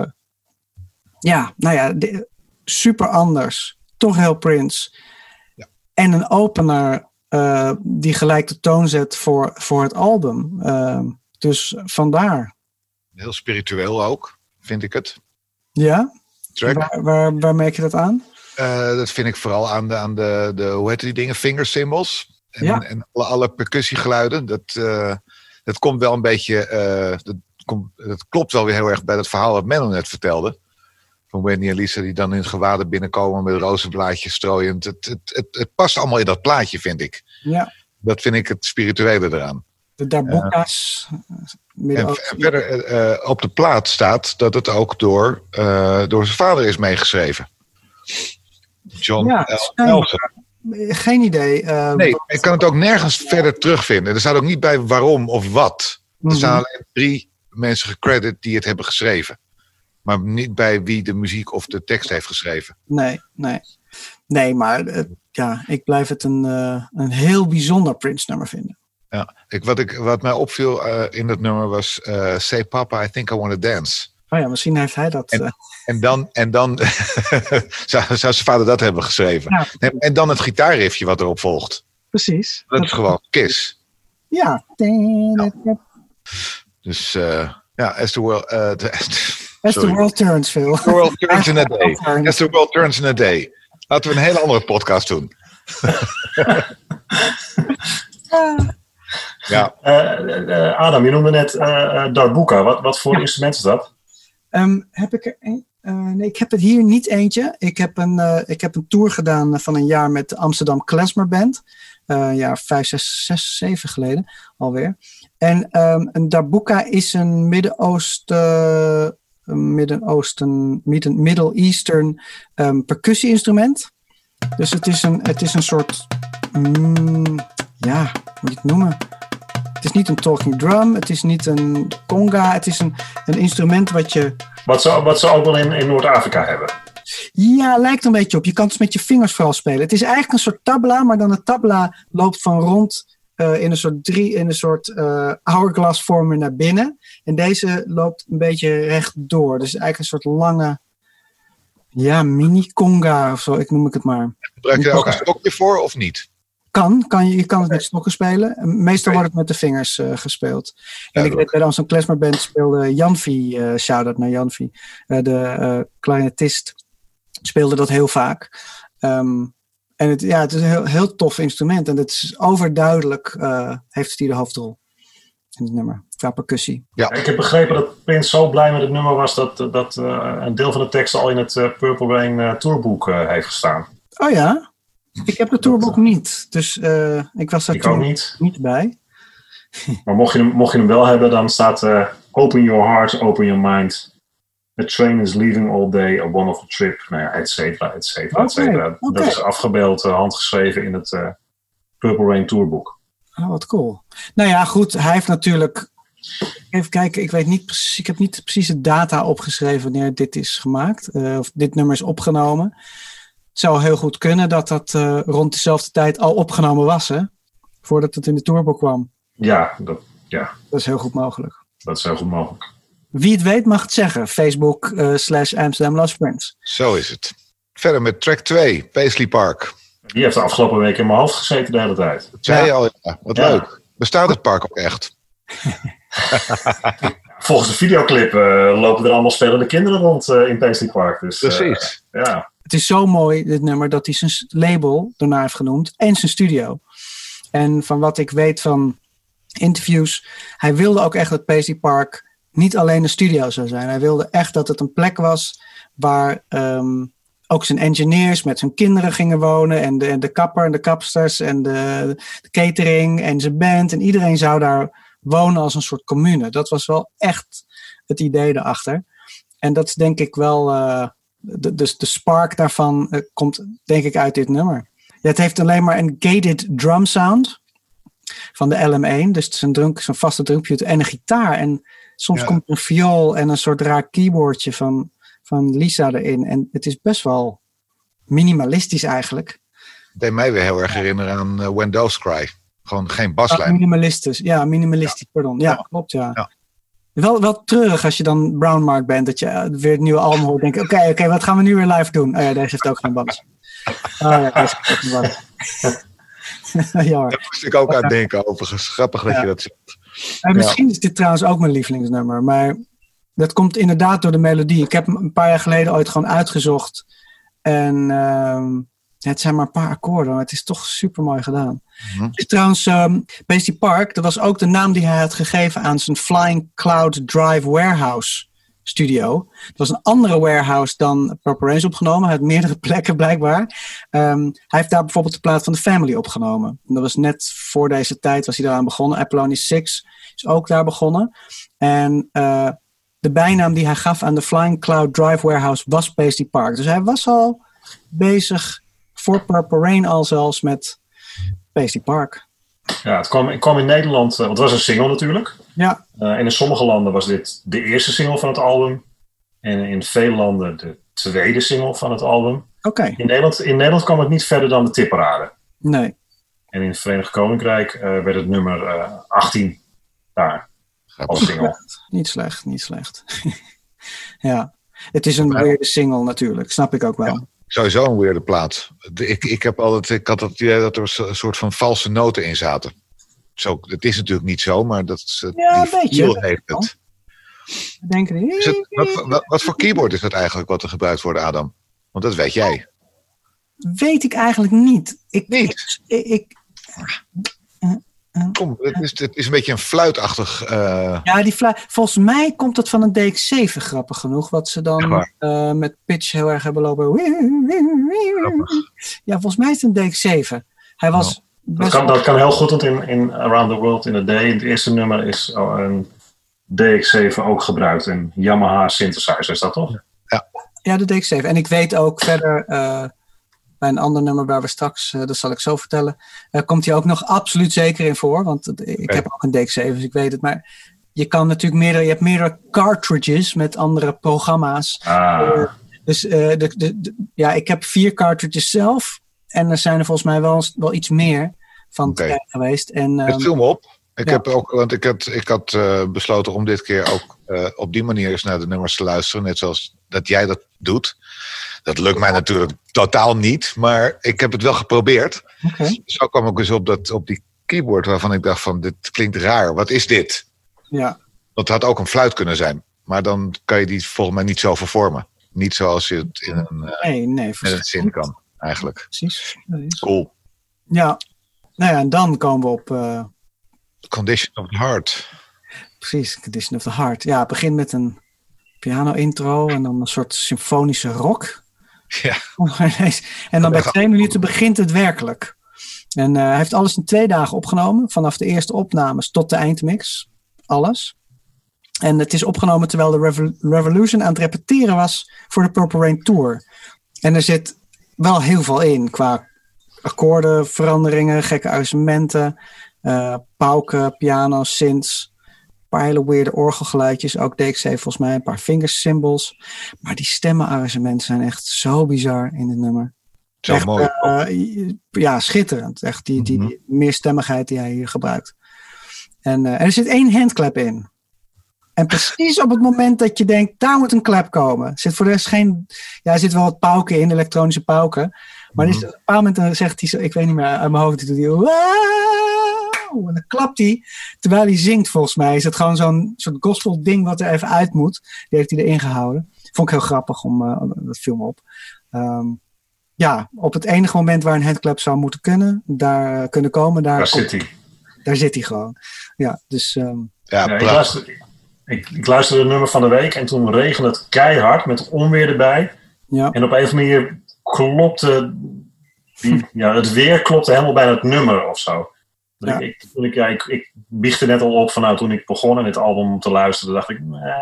S2: super anders. Toch heel Prince. Ja. En een opener die gelijk de toon zet voor het album. Dus vandaar.
S1: Heel spiritueel ook, vind ik het.
S2: Ja? Waar merk je dat aan?
S1: Dat vind ik vooral aan de hoe heet die dingen? Finger cymbals. En alle percussiegeluiden. Dat komt wel een beetje. Dat klopt wel weer heel erg bij het verhaal wat Menno net vertelde. Van Wendy en Lisa die dan in gewaden binnenkomen met rozenblaadjes strooiend. Het past allemaal in dat plaatje, vind ik. Ja. Dat vind ik het spirituele eraan.
S2: De darbuka's.
S1: En verder op de plaat staat dat het ook door zijn vader is meegeschreven. John Nelson.
S2: Geen idee.
S1: Nee, ik kan het ook nergens verder terugvinden. Er staat ook niet bij waarom of wat. Er staan alleen 3 mensen gecredit die het hebben geschreven. Maar niet bij wie de muziek of de tekst heeft geschreven.
S2: Nee, maar ik blijf het een heel bijzonder Prince nummer vinden.
S1: Ja, wat mij opviel in dat nummer was Say Papa, I Think I Want to Dance.
S2: Oh ja, misschien heeft hij dat.
S1: En dan zou zijn vader dat hebben geschreven. Ja. En dan het gitaarriffje wat erop volgt.
S2: Precies.
S1: Dat is gewoon Kiss.
S2: Ja.
S1: Dus as the world...
S2: As the world turns, Phil.
S1: The world turns in a day. As the world turns in a day. Laten we een hele andere podcast doen. Ja.
S3: Adam, je noemde net darbuka. Wat voor instrument is dat?
S2: Heb ik er een? Nee, ik heb het hier niet eentje. Ik heb een tour gedaan van een jaar met de Amsterdam Klezmer Band. Jaar 5, 6, 7 geleden alweer. En een darbuka is een Middle Eastern percussie-instrument. Dus het is een soort... hoe moet je het noemen? Het is niet een talking drum, het is niet een conga, het is een instrument wat je...
S3: Wat ze ook wel in Noord-Afrika hebben.
S2: Ja, lijkt een beetje op. Je kan het met je vingers vooral spelen. Het is eigenlijk een soort tabla, maar dan de tabla loopt van rond in een soort hourglass vorm naar binnen. En deze loopt een beetje rechtdoor. Dus eigenlijk een soort lange mini-conga of zo, noem ik het maar.
S1: Gebruik je daar ook een stokje voor of niet?
S2: Je kan het met stokken spelen. Meestal wordt het met de vingers gespeeld. En ik weet bij de Amsterdam Klezmer Band speelde Janvi, shout-out naar Janvi, de clarinetist, speelde dat heel vaak. En het is een heel tof instrument. En het is overduidelijk, heeft het hier de hoofdrol in het nummer, qua percussie.
S3: Ja. Ik heb begrepen dat Prince zo blij met het nummer was dat een deel van de tekst al in het Purple Rain tourboek heeft gestaan.
S2: Oh ja? Ik heb de tourboek niet, dus ik was daar toen niet bij.
S3: Maar mocht je hem wel hebben, dan staat Open your heart, open your mind. The train is leaving all day, a wonderful trip. Nou ja, et cetera, et cetera, et cetera.
S2: Okay.
S3: Dat is afgebeeld, handgeschreven in het Purple Rain Tourboek.
S2: Oh, wat cool. Nou ja, goed. Hij heeft natuurlijk... Even kijken, ik heb niet precies de data opgeschreven wanneer dit is gemaakt. Of dit nummer is opgenomen. Het zou heel goed kunnen dat dat rond dezelfde tijd al opgenomen was, hè? Voordat het in de tourboek kwam.
S3: Ja.
S2: Dat is heel goed mogelijk.
S3: Dat is heel goed mogelijk.
S2: Wie het weet mag het zeggen. Facebook /Amsterdam Lost Prince.
S1: Zo is het. Verder met track 2, Paisley Park.
S3: Die heeft de afgelopen week in mijn hoofd gezeten de hele tijd.
S1: Dat zei je al, ja. Wat leuk. Bestaat het park ook echt?
S3: Volgens de videoclip lopen er allemaal spelende kinderen rond in Paisley Park. Dus,
S1: precies.
S3: Ja.
S2: Het is zo mooi, dit nummer, dat hij zijn label daarna heeft genoemd. En zijn studio. En van wat ik weet van interviews. Hij wilde ook echt dat Paisley Park niet alleen een studio zou zijn. Hij wilde echt dat het een plek was waar ook zijn engineers met zijn kinderen gingen wonen. En de kapper en de kapsters en de catering en zijn band. En iedereen zou daar wonen als een soort commune. Dat was wel echt het idee erachter. En dat is denk ik wel... de spark daarvan komt denk ik uit dit nummer. Ja, het heeft alleen maar een gated drum sound van de LM1. Dus het is zo'n vaste drumcomputer en een gitaar. En soms komt een viool en een soort raar keyboardje van Lisa erin. En het is best wel minimalistisch eigenlijk.
S1: Het deed mij weer heel erg herinneren aan When Doves Cry. Gewoon geen baslijn.
S2: Minimalistisch, pardon. Ja, klopt, ja. Wel treurig als je dan Brownmark bent, dat je weer het nieuwe album hoort. Denk je, oké, wat gaan we nu weer live doen? Oh ja, deze heeft ook geen bas. Deze heeft ook geen bas. Jammer.
S1: Daar moest ik ook aan denken, overigens. Grappig dat je dat zegt.
S2: Misschien is dit trouwens ook mijn lievelingsnummer, maar dat komt inderdaad door de melodie. Ik heb hem een paar jaar geleden ooit gewoon uitgezocht. En het zijn maar een paar akkoorden, maar het is toch super mooi gedaan. Mm-hmm. Het is trouwens, Paisley Park, dat was ook de naam die hij had gegeven aan zijn Flying Cloud Drive Warehouse studio. Het was een andere warehouse dan Purple Rain opgenomen. Hij had meerdere plekken blijkbaar. Hij heeft daar bijvoorbeeld de plaat van The Family opgenomen. En dat was net voor deze tijd was hij daaraan begonnen. Apollonia 6 is ook daar begonnen. En de bijnaam die hij gaf aan de Flying Cloud Drive Warehouse was Paisley Park. Dus hij was al bezig voor Purple Rain al zelfs met Paisley Park.
S3: Ja, het kwam in Nederland, want het was een single natuurlijk.
S2: Ja.
S3: En in sommige landen was dit de eerste single van het album. En in veel landen de tweede single van het album.
S2: Oké.
S3: In Nederland kwam het niet verder dan de tipparade.
S2: Nee.
S3: En in het Verenigd Koninkrijk werd het nummer 18 daar als single.
S2: Niet slecht. Ja. Het is een weirde single natuurlijk, snap ik ook wel.
S1: Ja. Sowieso een weirde plaat. Ik had het idee dat er een soort van valse noten in zaten. Zo, het is natuurlijk niet zo, maar dat
S2: een beetje
S1: heeft het. Wat voor keyboard is dat eigenlijk wat er gebruikt wordt, Adam? Want dat weet jij.
S2: Weet ik eigenlijk niet.
S1: Kom, het is een beetje een fluitachtig...
S2: Ja, die fluit. Volgens mij komt dat van een DX7, grappig genoeg. Wat ze dan met pitch heel erg hebben lopen. Ja, volgens mij is het een DX7. Hij was...
S3: Dat kan heel goed, want in Around the World in a Day, in het eerste nummer, is een DX7 ook gebruikt. Een Yamaha synthesizer, is dat toch?
S2: Ja, de DX7. En ik weet ook verder... bij een ander nummer waar we straks, dat zal ik zo vertellen, komt hij ook nog absoluut zeker in voor. Want ik heb ook een DX7, dus ik weet het. Maar je kan natuurlijk je hebt meerdere cartridges met andere programma's. Dus ik heb 4 cartridges zelf. En er zijn er volgens mij wel iets meer van te krijgen geweest.
S1: Het viel me op. Ik had besloten om dit keer ook op die manier eens naar de nummers te luisteren. Net zoals dat jij dat doet. Dat lukt mij natuurlijk totaal niet, maar ik heb het wel geprobeerd.
S2: Okay.
S1: Zo kwam ik dus op die keyboard waarvan ik dacht van, dit klinkt raar. Wat is dit?
S2: Ja.
S1: Dat had ook een fluit kunnen zijn. Maar dan kan je die volgens mij niet zo vervormen. Niet zoals je het in een zin kan, eigenlijk.
S2: Precies.
S1: Cool.
S2: Ja. Nou ja, en dan komen we op...
S1: Condition of the Heart.
S2: Precies, Condition of the Heart. Ja, het begint met een piano intro en dan een soort symfonische rock.
S1: Ja.
S2: En dan bij 2 minuten begint het werkelijk. En hij heeft alles in 2 dagen opgenomen. Vanaf de eerste opnames tot de eindmix. Alles. En het is opgenomen terwijl de Revolution aan het repeteren was voor de Purple Rain Tour. En er zit wel heel veel in qua akkoorden, veranderingen, gekke arrangementen, pauken, piano, synths, een paar hele weirde orgelgeluidjes. Ook DX heeft volgens mij een paar fingercymbals. Maar die stemmenarrangementen zijn echt zo bizar in het nummer.
S1: Zo
S2: echt,
S1: mooi.
S2: Ja, schitterend. Echt die meerstemmigheid die hij hier gebruikt. En er zit 1 handclap in. En precies op het moment dat je denkt, daar moet een klap komen. Zit voor de rest geen... Ja, er zit wel wat pauken in, elektronische pauken. Maar op een bepaald moment dan zegt hij zo, ik weet niet meer uit mijn hoofd, doet hij wow! En dan klapt hij, terwijl hij zingt volgens mij. Is het gewoon zo'n soort gospel ding wat er even uit moet. Die heeft hij erin gehouden. Vond ik heel grappig, dat viel me op. Op het enige moment waar een handclap zou moeten kunnen komen. Daar
S3: zit hij.
S2: Daar zit hij gewoon. Ja, dus...
S3: Ik luisterde het nummer van de week en toen regende het keihard met onweer erbij.
S2: Ja.
S3: En op een of andere manier klopte het weer klopte helemaal bij het nummer of zo. Ja. Ik biechtte net al op van toen ik begon aan dit album te luisteren, dacht ik,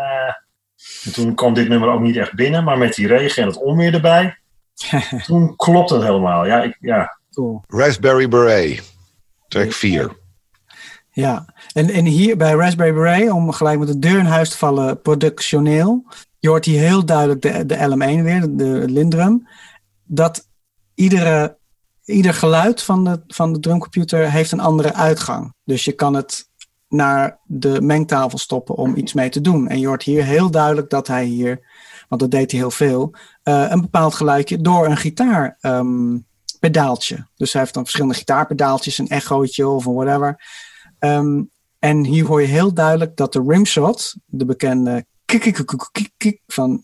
S3: En toen kwam dit nummer ook niet echt binnen, maar met die regen en het onweer erbij, toen klopte het helemaal.
S2: Cool.
S1: Raspberry Beret, track 4.
S2: Ja, en hier bij Raspberry Beret, om gelijk met de deur in huis te vallen, productioneel. Je hoort hier heel duidelijk de LM1 weer, de Lindrum. Dat ieder geluid van de drumcomputer heeft een andere uitgang. Dus je kan het naar de mengtafel stoppen om iets mee te doen. En je hoort hier heel duidelijk dat hij hier, want dat deed hij heel veel, een bepaald geluidje door een gitaarpedaaltje. Dus hij heeft dan verschillende gitaarpedaaltjes, een echootje of een whatever. En hier hoor je heel duidelijk dat de rimshot, de bekende kik van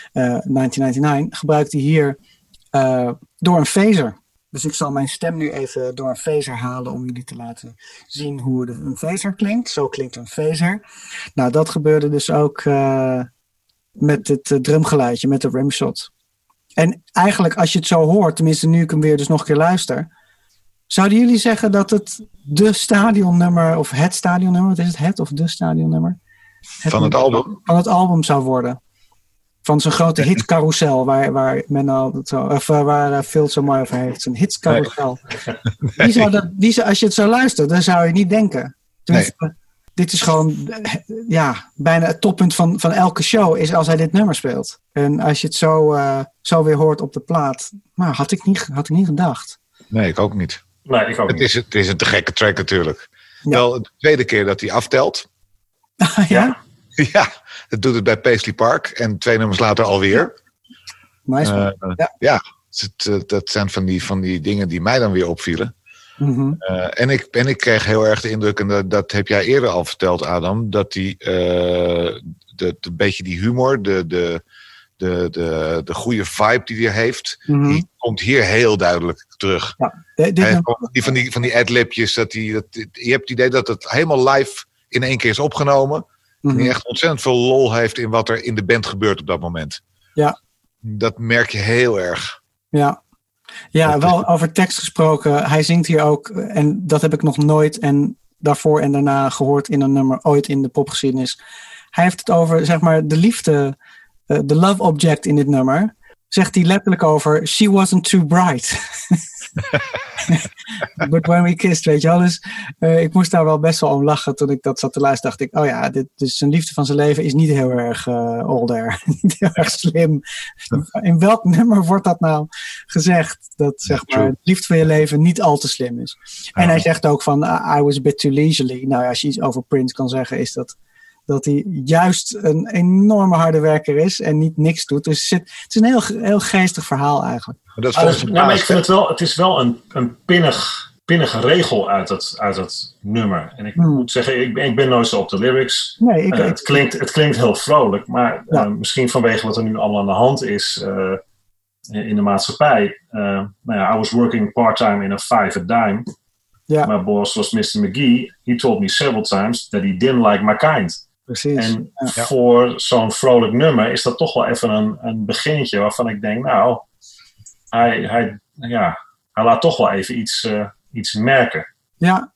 S2: 1999, gebruikt hij hier door een phaser. Dus ik zal mijn stem nu even door een phaser halen om jullie te laten zien hoe een phaser klinkt. Zo klinkt een phaser. Nou, dat gebeurde dus ook met het drumgeluidje, met de rimshot. En eigenlijk als je het zo hoort, tenminste nu ik hem weer dus nog een keer luister, zouden jullie zeggen dat het de stadionnummer, of het stadionnummer, wat is het of de stadionnummer?
S1: Van het album?
S2: Van het album zou worden. Van zo'n grote hitcarousel, waar men al zo, of waar Phil zo mooi over heeft. Zo'n hitscarousel. Nee. Als je het zo luistert, dan zou je niet denken. Tenminste, dit is gewoon, bijna het toppunt van elke show is als hij dit nummer speelt. En als je het zo weer hoort op de plaat, nou, had ik niet gedacht.
S1: Nee, ik ook niet.
S3: Nee, ik ook niet.
S1: Het is een te gekke track natuurlijk.
S2: Ja.
S1: Wel de tweede keer dat hij aftelt.
S2: Ja?
S1: Ja, het doet het bij Paisley Park. En 2 nummers later alweer.
S2: Nice.
S1: Dat zijn van die dingen die mij dan weer opvielen.
S2: Mm-hmm.
S1: En ik kreeg heel erg de indruk, en dat heb jij eerder al verteld, Adam, dat die een beetje die humor, de goede vibe die hij heeft, die komt hier heel duidelijk terug. Ja, van die ad-libjes, je hebt het idee dat het helemaal live in 1 keer is opgenomen. En die echt ontzettend veel lol heeft in wat er in de band gebeurt op dat moment.
S2: Ja.
S1: Dat merk je heel erg.
S2: Ja, wel over tekst gesproken. Hij zingt hier ook, en dat heb ik nog nooit en daarvoor en daarna gehoord in een nummer ooit in de popgeschiedenis. Hij heeft het over, zeg maar, de liefde, de love object in dit nummer. Zegt hij letterlijk over, she wasn't too bright. But when we kissed, weet je wel. Dus ik moest daar wel best wel om lachen toen ik dat zat te luisteren. Dacht ik, oh ja, dit is zijn liefde van zijn leven is niet heel erg older. Niet heel erg slim. In welk nummer wordt dat nou gezegd? Dat zeg maar, de liefde van je leven niet al te slim is. En hij zegt ook van, I was a bit too leisurely. Nou ja, als je iets over Prince kan zeggen, is dat hij juist een enorme harde werker is en niet niks doet. Dus het is een heel geestig verhaal eigenlijk.
S3: Maar ik vind het wel, het is wel een pinnige regel uit het nummer. En ik moet zeggen, ik ben nooit zo op de lyrics.
S2: Nee,
S3: het klinkt heel vrolijk, maar misschien vanwege wat er nu allemaal aan de hand is in de maatschappij. I was working part-time in a 5 a dime. Yeah. My boss was Mr. McGee. He told me several times that he didn't like my kind.
S2: Precies.
S3: En voor zo'n vrolijk nummer is dat toch wel even een beginnetje waarvan ik denk, nou, hij laat toch wel even iets merken.
S2: Ja,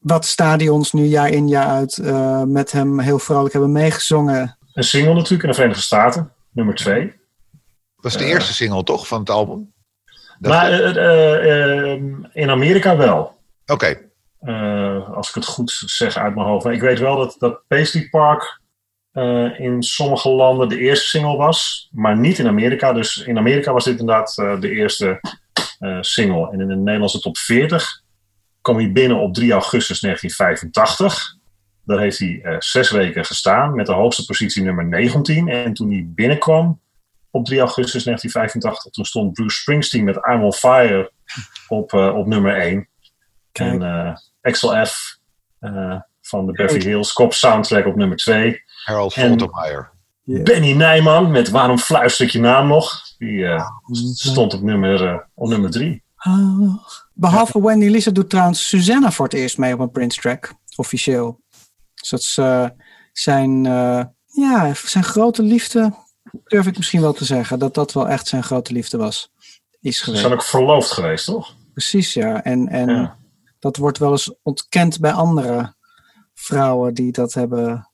S2: wat stadions nu jaar in jaar uit met hem heel vrolijk hebben meegezongen.
S3: Een single natuurlijk in de Verenigde Staten, nummer 2.
S1: Dat is de eerste single toch van het album?
S3: Maar in Amerika wel.
S1: Oké.
S3: Als ik het goed zeg uit mijn hoofd. Maar ik weet wel dat Paisley Park in sommige landen de eerste single was, maar niet in Amerika. Dus in Amerika was dit inderdaad de eerste single. En in de Nederlandse top 40 kwam hij binnen op 3 augustus 1985. Daar heeft hij 6 weken gestaan met de hoogste positie nummer 19. En toen hij binnenkwam op 3 augustus 1985, toen stond Bruce Springsteen met I'm on Fire op nummer 1.
S2: Kijk.
S3: En Axel F. Van de Beverly Hills Cop soundtrack op nummer 2.
S1: Harold Faltermeyer.
S3: Benny Nijman met Waarom fluister ik je naam nog? Die stond op nummer 3.
S2: Behalve Wendy Lisa doet trouwens Susanna voor het eerst mee op een Prince track. Officieel. Dus dat is zijn grote liefde, durf ik misschien wel te zeggen. Dat wel echt zijn grote liefde is geweest.
S3: Ze zijn ook verloofd geweest, toch?
S2: Precies, ja. En dat wordt wel eens ontkend bij andere vrouwen die dat hebben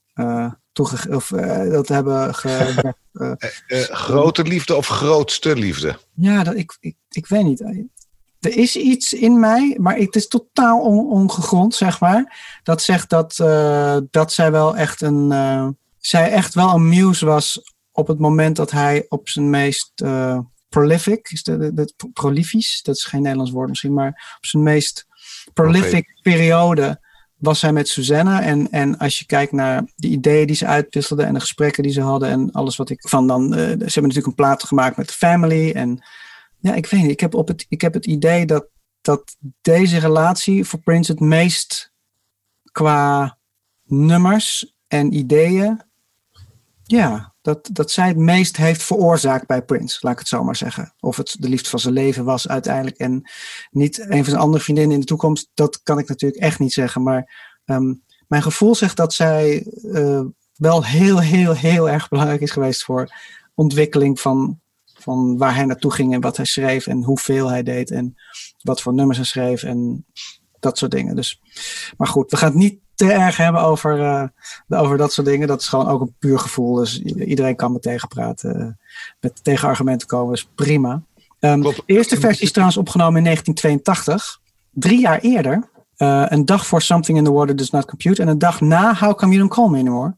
S1: grote liefde of grootste liefde?
S2: Ja, ik weet niet. Er is iets in mij, maar het is totaal ongegrond, zeg maar. Dat zegt dat zij wel echt zij echt wel een muse was op het moment dat hij op zijn meest prolific, is prolifisch, dat is geen Nederlands woord misschien, maar op zijn meest prolific periode was hij met Susanna. En als je kijkt naar de ideeën die ze uitwisselden en de gesprekken die ze hadden en alles wat ik van dan... ze hebben natuurlijk een plaat gemaakt met The Family. En ja, ik weet niet. Ik heb het idee dat deze relatie voor Prince het meest qua nummers en ideeën... Ja, dat zij het meest heeft veroorzaakt bij Prince, laat ik het zo maar zeggen. Of het de liefde van zijn leven was uiteindelijk en niet een van zijn andere vriendinnen in de toekomst, dat kan ik natuurlijk echt niet zeggen. Maar mijn gevoel zegt dat zij wel heel, heel, heel erg belangrijk is geweest voor ontwikkeling van waar hij naartoe ging en wat hij schreef en hoeveel hij deed en wat voor nummers hij schreef en dat soort dingen. Dus, maar goed, we gaan het niet te erg hebben over dat soort dingen. Dat is gewoon ook een puur gevoel. Dus iedereen kan me tegenpraten. Met tegenargumenten komen. Dus prima. De eerste versie is trouwens opgenomen in 1982. 3 jaar eerder. Een dag voor Something in the Water Does Not Compute. En een dag na How Come You Don't Call Me Anymore.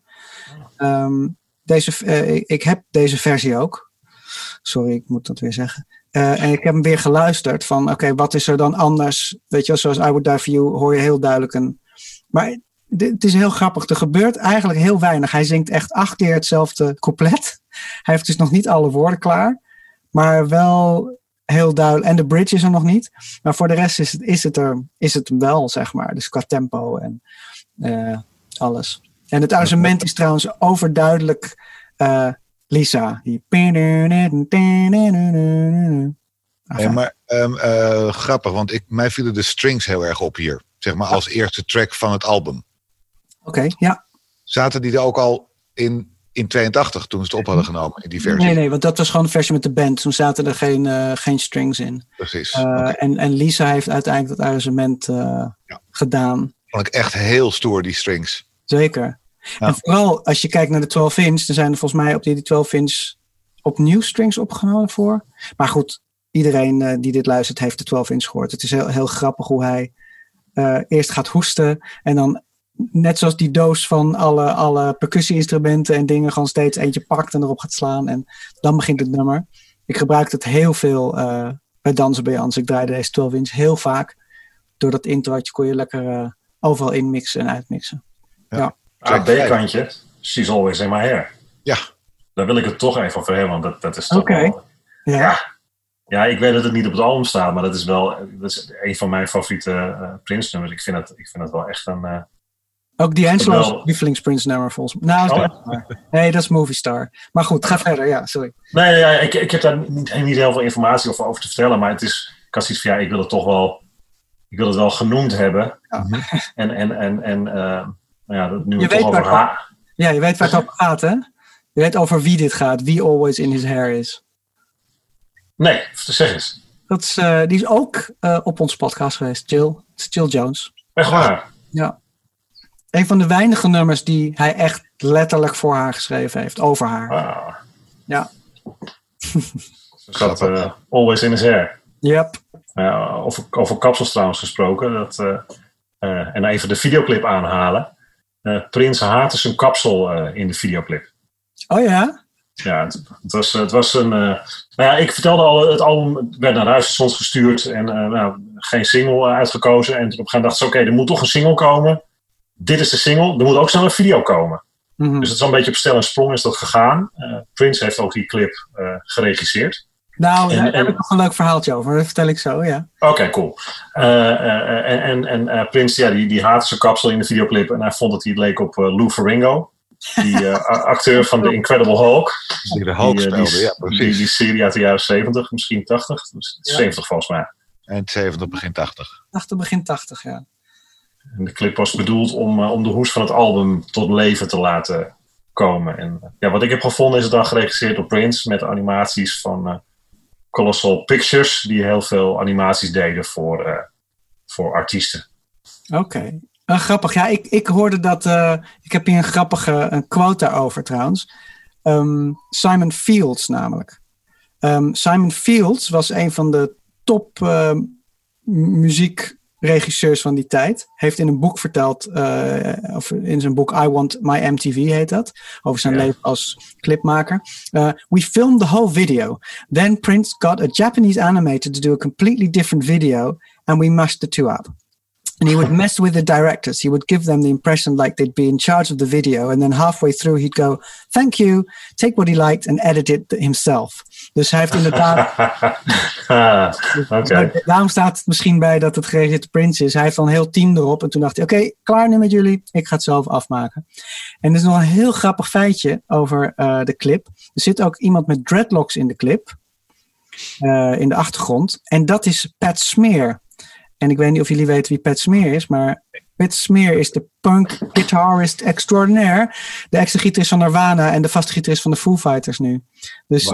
S2: Ik heb deze versie ook. Sorry, ik moet dat weer zeggen. En ik heb hem weer geluisterd van oké, wat is er dan anders? Weet je wel, zoals I Would Die For You hoor je heel duidelijk maar het is heel grappig. Er gebeurt eigenlijk heel weinig. Hij zingt echt 8 keer hetzelfde couplet. Hij heeft dus nog niet alle woorden klaar. Maar wel heel duidelijk. En de bridge is er nog niet. Maar voor de rest is het hem wel, zeg maar. Dus qua tempo en alles. En het arrangement is trouwens overduidelijk Lisa. Die...
S1: Maar grappig, want mij vielen de strings heel erg op hier. Zeg maar als eerste track van het album.
S2: Oké, ja.
S1: Zaten die er ook al in 82 toen ze het op hadden genomen in die versie?
S2: Nee, want dat was gewoon een versie met de band. Toen zaten er geen strings in.
S1: Precies.
S2: Okay. En Lisa heeft uiteindelijk dat arrangement gedaan.
S1: Vond ik echt heel stoer, die strings.
S2: Zeker. Ja. En vooral als je kijkt naar de 12 inch, dan zijn er volgens mij op die 12 inch opnieuw strings opgenomen voor. Maar goed, iedereen die dit luistert heeft de 12 inch gehoord. Het is heel, heel grappig hoe hij eerst gaat hoesten en dan net zoals die doos van alle percussie-instrumenten en dingen gewoon steeds eentje pakt en erop gaat slaan. En dan begint het nummer. Ik gebruikte het heel veel bij Dansen bij Jans. Ik draaide deze 12 inch heel vaak. Door dat introotje kon je lekker overal inmixen en uitmixen. Ja.
S3: B-kantje, She's Always in My Hair.
S1: Ja.
S3: Daar wil ik het toch even over hebben, want dat is toch
S2: wel...
S3: Ja, ik weet dat het niet op het album staat, maar dat is een van mijn favoriete Prince-nummers. Ik vind het wel echt een...
S2: Ook D'Angelo's lievelings-Prince-nummer volgens mij. Nee, dat is Movie Star. Maar goed, ga verder. Ja, sorry.
S3: Nee, ik heb daar niet heel veel informatie over te vertellen, maar het is... Ik had zoiets van, ik wil het toch wel... Ik wil het wel genoemd hebben. Ja. En nu we het toch over haar...
S2: Ja, je weet waar het over gaat, hè? Je weet over wie dit gaat. Wie Always in His Hair is.
S3: Nee, zeg eens.
S2: Die is ook op ons podcast geweest. Jill Jones.
S3: Echt waar?
S2: Ja. Een van de weinige nummers die hij echt letterlijk voor haar geschreven heeft. Over haar.
S3: Wow.
S2: Ja.
S3: Dus dat always in his hair.
S2: Yep.
S3: Over kapsels trouwens gesproken. En even de videoclip aanhalen. Prince haatte zijn kapsel in de videoclip.
S2: Oh ja?
S3: Ja, het was een... ik vertelde al, het album werd naar Ruissons gestuurd. En geen single uitgekozen. En toen op een gegeven moment dacht ze, oké, er moet toch een single komen. Dit is de single. Er moet ook snel een video komen.
S2: Mm-hmm.
S3: Dus het is een beetje op stel en sprong is dat gegaan. Prince heeft ook die clip geregisseerd.
S2: Nou, daar heb ik nog een leuk verhaaltje over. Dat vertel ik zo, ja.
S3: Oké, cool. En Prince, die haatte zijn kapsel in de videoclip. En hij vond dat hij het leek op Lou Ferrigno. Die acteur van The Incredible Hulk.
S1: Die de Hulk speelde, ja, precies.
S3: Die serie uit de jaren 70, misschien 80. Dus 70 volgens mij.
S1: Eind 70, begin 80.
S2: Begin 80, ja.
S3: En de clip was bedoeld om de hoes van het album tot leven te laten komen. En wat ik heb gevonden is het dan geregisseerd door Prince. Met animaties van Colossal Pictures. Die heel veel animaties deden voor artiesten.
S2: Oké. Grappig. Ja, ik hoorde dat... ik heb hier een grappige quote daarover trouwens. Simon Fields namelijk. Simon Fields was een van de top muziekregisseurs van die tijd. Heeft in een boek verteld, of in zijn boek I Want My MTV heet dat. Over zijn leven als clipmaker. We filmed the whole video. Then Prince got a Japanese animator to do a completely different video. And we mashed the two up. And he would mess with the directors. He would give them the impression like they'd be in charge of the video. And then halfway through he'd go, thank you, take what he liked and edit it himself. Dus hij heeft inderdaad...
S3: Okay.
S2: Daarom staat het misschien bij dat het geregisseerd Prince is. Hij heeft dan een heel team erop. En toen dacht hij, oké, klaar nu met jullie. Ik ga het zelf afmaken. En er is nog een heel grappig feitje over de clip. Er zit ook iemand met dreadlocks in de clip. In de achtergrond. En dat is Pat Smear. En ik weet niet of jullie weten wie Pat Smear is, maar Pat Smear is de punk guitarist extraordinaire. De ex-gitarist van Nirvana en de vaste gitarist van de Foo Fighters nu. Dus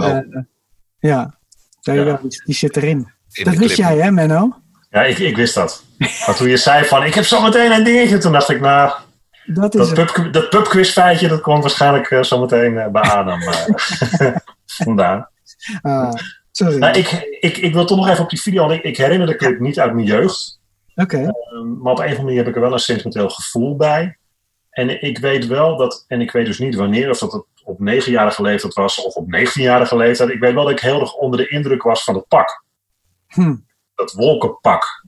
S2: die zit erin. Dat wist jij hè, Menno?
S3: Ja, ik wist dat. Maar toen je zei van, ik heb zo meteen een dingetje, toen dacht ik, nou, dat pubquiz feitje, dat kwam waarschijnlijk zo meteen bij Adam vandaan.
S2: Sorry.
S3: Nou, ik wil toch nog even op die video. Ik herinner de clip niet uit mijn jeugd.
S2: Okay.
S3: Maar op een of andere manier heb ik er wel een sentimenteel gevoel bij. En ik weet wel dat... En ik weet dus niet wanneer. Of dat het op 9-jarige leeftijd was. Of op 19-jarige leeftijd. Ik weet wel dat ik heel erg onder de indruk was van het pak. Dat wolkenpak.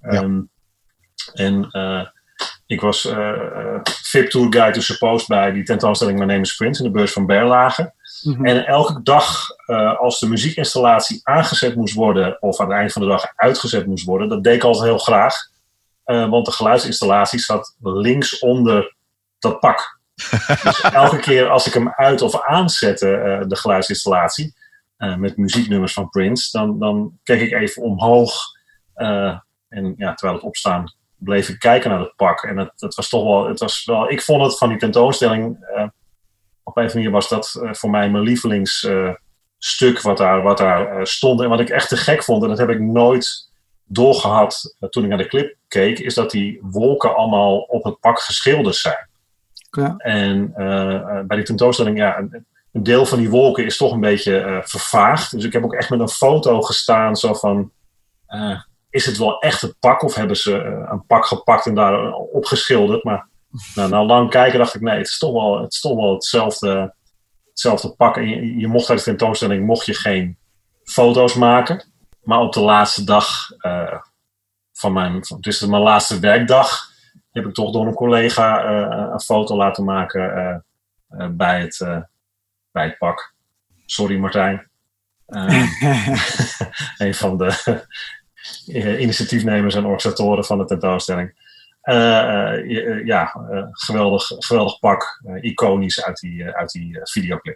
S2: Ja.
S3: Ik was VIP Tour Guide to Supposed bij die tentoonstelling My Name is Prince. In de beurs van Berlage. Mm-hmm. En elke dag als de muziekinstallatie aangezet moest worden of aan het eind van de dag uitgezet moest worden, dat deed ik altijd heel graag. Want de geluidsinstallatie zat links onder dat pak. Dus elke keer als ik hem uit of aanzette, de geluidsinstallatie, met muzieknummers van Prince, dan keek ik even omhoog. En terwijl het opstaan bleef ik kijken naar het pak. En het was toch wel, ik vond het van die tentoonstelling... Op een of andere manier was dat voor mij mijn lievelingsstuk wat daar stond. En wat ik echt te gek vond, en dat heb ik nooit doorgehad toen ik naar de clip keek, is dat die wolken allemaal op het pak geschilderd zijn.
S2: Ja.
S3: En bij die tentoonstelling, een deel van die wolken is toch een beetje vervaagd. Dus ik heb ook echt met een foto gestaan, zo van, is het wel echt het pak? Of hebben ze een pak gepakt en daar opgeschilderd? Maar na lang kijken dacht ik, nee, het is toch wel hetzelfde pak. En je mocht uit de tentoonstelling geen foto's maken. Maar op de laatste dag dus mijn laatste werkdag, heb ik toch door een collega een foto laten maken bij het pak. Sorry Martijn. Een van de initiatiefnemers en organisatoren van de tentoonstelling. Geweldig pak. Iconisch uit die videoclip.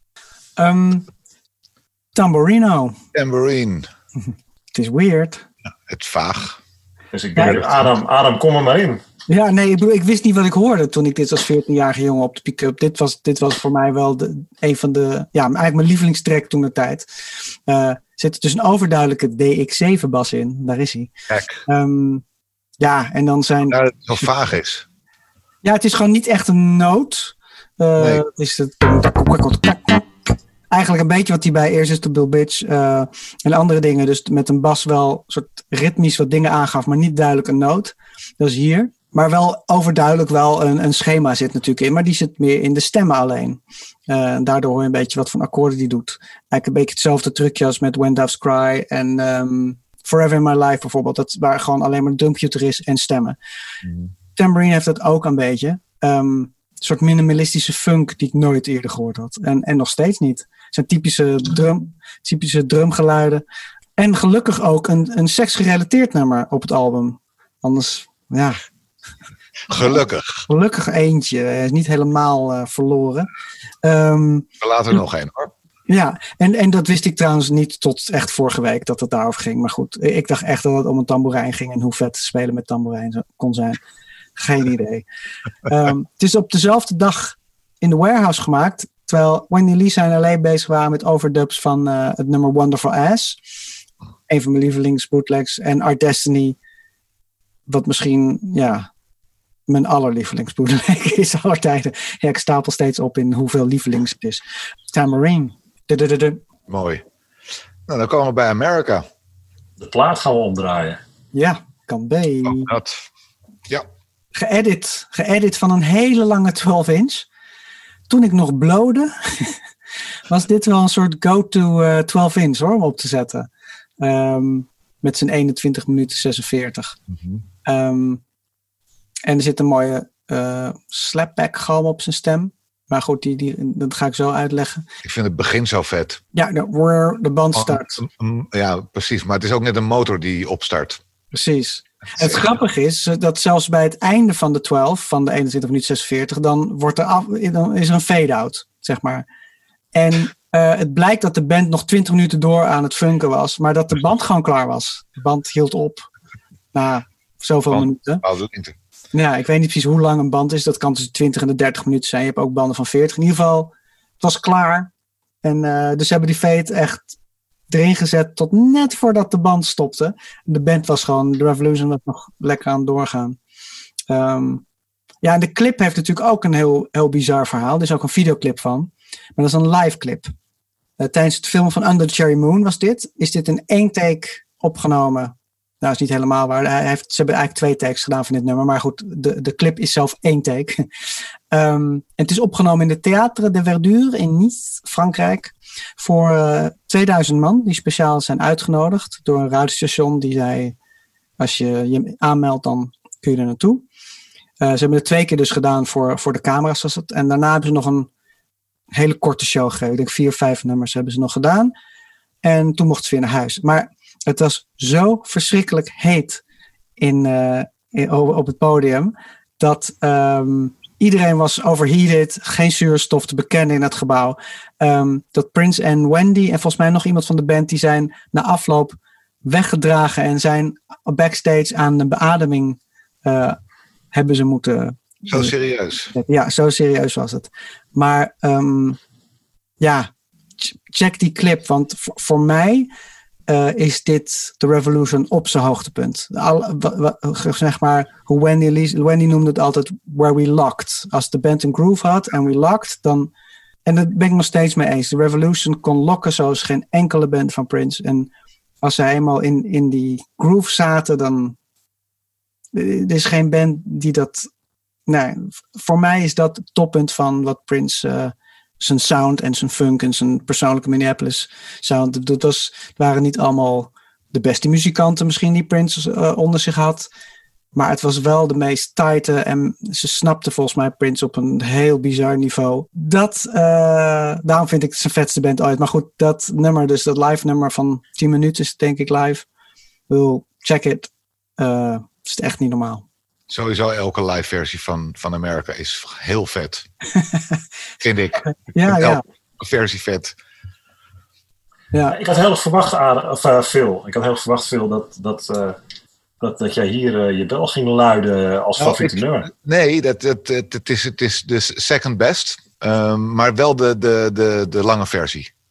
S2: Tamborino.
S1: Tambourine.
S2: Het is weird.
S1: Ja, het is vaag.
S3: Dus ik denk, Adam, kom er maar in.
S2: Ja, nee, ik wist niet wat ik hoorde toen ik dit als 14-jarige jongen op de pick-up. Dit was voor mij wel een van de... Ja, eigenlijk mijn lievelingstrack toen de tijd. Zit er dus een overduidelijke DX7 bas in. Daar is hij.
S1: Kijk.
S2: Ja, en dan zijn...
S1: Ja, dat het zo vaag is.
S2: Ja, het is gewoon niet echt een noot.
S1: Nee.
S2: Het is eigenlijk een beetje wat hij bij Irresistible Bitch en andere dingen. Dus met een bas wel soort ritmisch wat dingen aangaf, maar niet duidelijk een noot. Dat is hier. Maar wel overduidelijk wel een schema zit natuurlijk in. Maar die zit meer in de stemmen alleen. Daardoor hoor je een beetje wat voor akkoorden die doet. Eigenlijk een beetje hetzelfde trucje als met When Doves Cry en Forever in My Life bijvoorbeeld. Dat waar gewoon alleen maar een drumcomputer is en stemmen. Tambourine heeft dat ook een beetje. Een soort minimalistische funk die ik nooit eerder gehoord had. En nog steeds niet. Het zijn typische drumgeluiden. En gelukkig ook een seksgerelateerd nummer op het album. Anders, ja... Gelukkig eentje. Hij is niet helemaal verloren.
S1: We laten er nog één hoor.
S2: Ja, en dat wist ik trouwens niet tot echt vorige week dat het daarover ging. Maar goed, ik dacht echt dat het om een tamboerijn ging. En hoe vet spelen met tamboerijn kon zijn. Geen idee. Het is op dezelfde dag in de Warehouse gemaakt. Terwijl Wendy en Lisa in LA bezig waren met overdubs van het nummer Wonderful Ass. Een van mijn lievelingsbootlegs. En Our Destiny. Wat misschien, mijn allerlievelingsbootleg is aller tijden. Ja, ik stapel steeds op in hoeveel lievelings het is. Tambourine.
S1: Mooi. Nou, dan komen we bij America.
S3: De plaat gaan we omdraaien.
S2: Ja, kan B.
S1: Oh, dat. Ja.
S2: Geëdit van een hele lange 12-inch. Toen ik nog blode, was dit wel een soort go-to 12-inch hoor, om op te zetten. Met zijn 21 minuten 46. En er zit een mooie slapback galm op zijn stem. Maar goed, dat ga ik zo uitleggen.
S1: Ik vind het begin zo vet.
S2: Ja, de band start.
S1: Ja, precies. Maar het is ook net een motor die opstart.
S2: Precies. Het grappige is dat zelfs bij het einde van de 12, van de 21 minuten 46, dan is er een fade-out, zeg maar. En het blijkt dat de band nog 20 minuten door aan het funken was, maar dat de band gewoon klaar was. De band hield op na zoveel minuten. Ja, ik weet niet precies hoe lang een band is. Dat kan tussen 20 en de 30 minuten zijn. Je hebt ook banden van 40. In ieder geval, het was klaar. En dus hebben die fade echt erin gezet tot net voordat de band stopte. De band was gewoon, de Revolution was nog lekker aan het doorgaan. En de clip heeft natuurlijk ook een heel bizar verhaal. Er is ook een videoclip van. Maar dat is een live clip. Tijdens het filmen van Under the Cherry Moon is dit in 1 take opgenomen. Nou, is niet helemaal waar. Ze hebben eigenlijk 2 takes gedaan van dit nummer. Maar goed, de clip is zelf 1 take. En het is opgenomen in de Théâtre de Verdure in Nice, Frankrijk. Voor 2000 man die speciaal zijn uitgenodigd door een radiostation. Die zei, als je je aanmeldt, dan kun je er naartoe. Ze hebben het 2 keer dus gedaan voor de camera's. Was het. En daarna hebben ze nog een hele korte show gegeven. Ik denk 4 of 5 nummers hebben ze nog gedaan. En toen mochten ze weer naar huis. Maar het was zo verschrikkelijk heet op het podium. Dat iedereen was overheated. Geen zuurstof te bekennen in het gebouw. Dat Prince en Wendy en volgens mij nog iemand van de band, die zijn na afloop weggedragen en zijn backstage aan de beademing hebben ze moeten...
S1: Zo serieus?
S2: Ja, zo serieus was het. Maar check die clip. Want voor mij is dit The Revolution op zijn hoogtepunt. Zeg maar, hoe Wendy noemde het altijd where we locked. Als de band een groove had en we locked, dan... En daar ben ik nog steeds mee eens. The Revolution kon lokken zoals geen enkele band van Prince. En als zij eenmaal in die groove zaten, dan... Er is geen band die dat... Nee, voor mij is dat het toppunt van wat Prince... zijn sound en zijn funk en zijn persoonlijke Minneapolis sound. Het waren niet allemaal de beste muzikanten misschien die Prince onder zich had. Maar het was wel de meest tighte. En ze snapte volgens mij Prince op een heel bizar niveau. Daarom vind ik het zijn vetste band ooit. Maar goed, dat nummer, dus dat live nummer van 10 minuten is denk ik live. Check it. Is het echt niet normaal.
S1: Sowieso elke live versie van America is heel vet. Vind ik.
S2: Elke
S1: versie vet.
S3: Ja. Ik had heel erg verwacht, Phil. Ik had heel erg verwacht, Phil, dat jij hier je bel ging luiden als favoriete nummer.
S1: Nee, het is de second best. Maar wel de lange versie.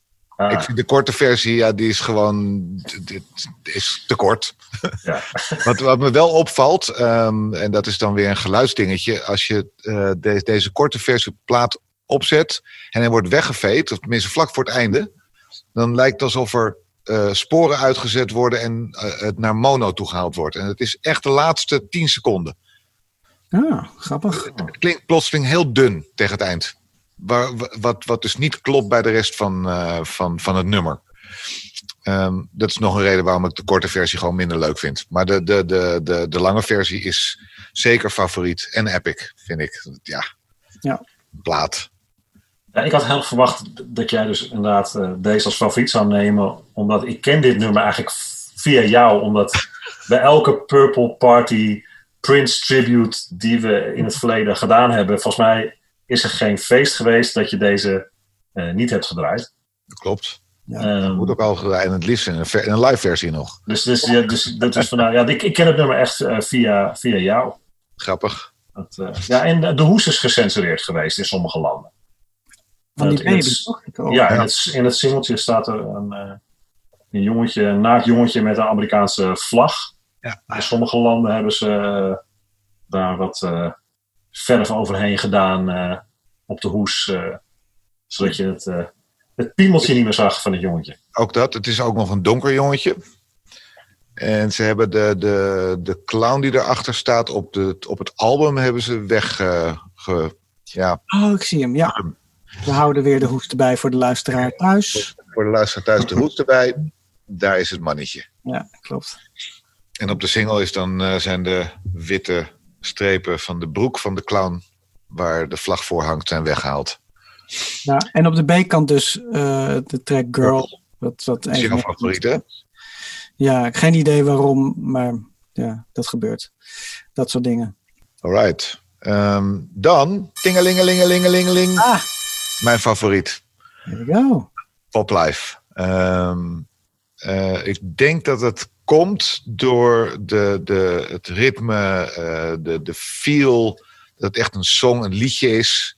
S1: Ik vind de korte versie, die is gewoon dit is te kort.
S3: Ja.
S1: Wat me wel opvalt, en dat is dan weer een geluidsdingetje. Als je deze korte versie op plaat opzet en hij wordt weggeveed, of tenminste vlak voor het einde, dan lijkt het alsof er sporen uitgezet worden en het naar mono toegehaald wordt. En het is echt de laatste 10 seconden.
S2: Grappig.
S1: Het klinkt plotseling heel dun tegen het eind. Wat dus niet klopt bij de rest van het nummer. Dat is nog een reden waarom ik de korte versie gewoon minder leuk vind. Maar de lange versie is zeker favoriet. En epic, vind ik. Ja. Plaat.
S3: Ja, ik had heel verwacht dat jij dus inderdaad deze als favoriet zou nemen. Omdat ik ken dit nummer eigenlijk via jou. Omdat bij elke Purple Party Prince tribute die we in het verleden gedaan hebben, volgens mij is er geen feest geweest dat je deze niet hebt gedraaid.
S1: Dat klopt. Ja, moet ook al gedraaid. En het liefst in een live versie nog.
S3: Dus dat is vandaar. Ik ken het nummer echt via jou.
S1: Grappig.
S3: En de hoes is gecensureerd geweest in sommige landen.
S2: Van die baby, toch?
S3: In het singeltje staat er een naakt jongetje met een Amerikaanse vlag.
S1: Ja.
S3: In sommige landen hebben ze daar wat verf overheen gedaan op de hoes. Zodat je het piemeltje niet meer zag van het jongetje.
S1: Ook dat. Het is ook nog een donker jongetje. En ze hebben de clown die erachter staat op het album hebben ze
S2: Oh, ik zie hem, ja. We houden weer de hoes erbij voor de luisteraar thuis.
S1: Voor de luisteraar thuis de hoes erbij. Daar is het mannetje.
S2: Ja, klopt.
S1: En op de single zijn de witte strepen van de broek van de clown, waar de vlag voor hangt, zijn weggehaald.
S2: Ja, en op de B-kant dus de track Girl. Wat
S1: dat is jouw favoriet, hè?
S2: Ja, geen idee waarom, maar ja, dat gebeurt. Dat soort dingen.
S1: Alright. Dan, tingelingelingelingelingeling. Mijn favoriet.
S2: There we go.
S1: Poplife. Ik denk dat het komt door het ritme, de feel, dat het echt een liedje is.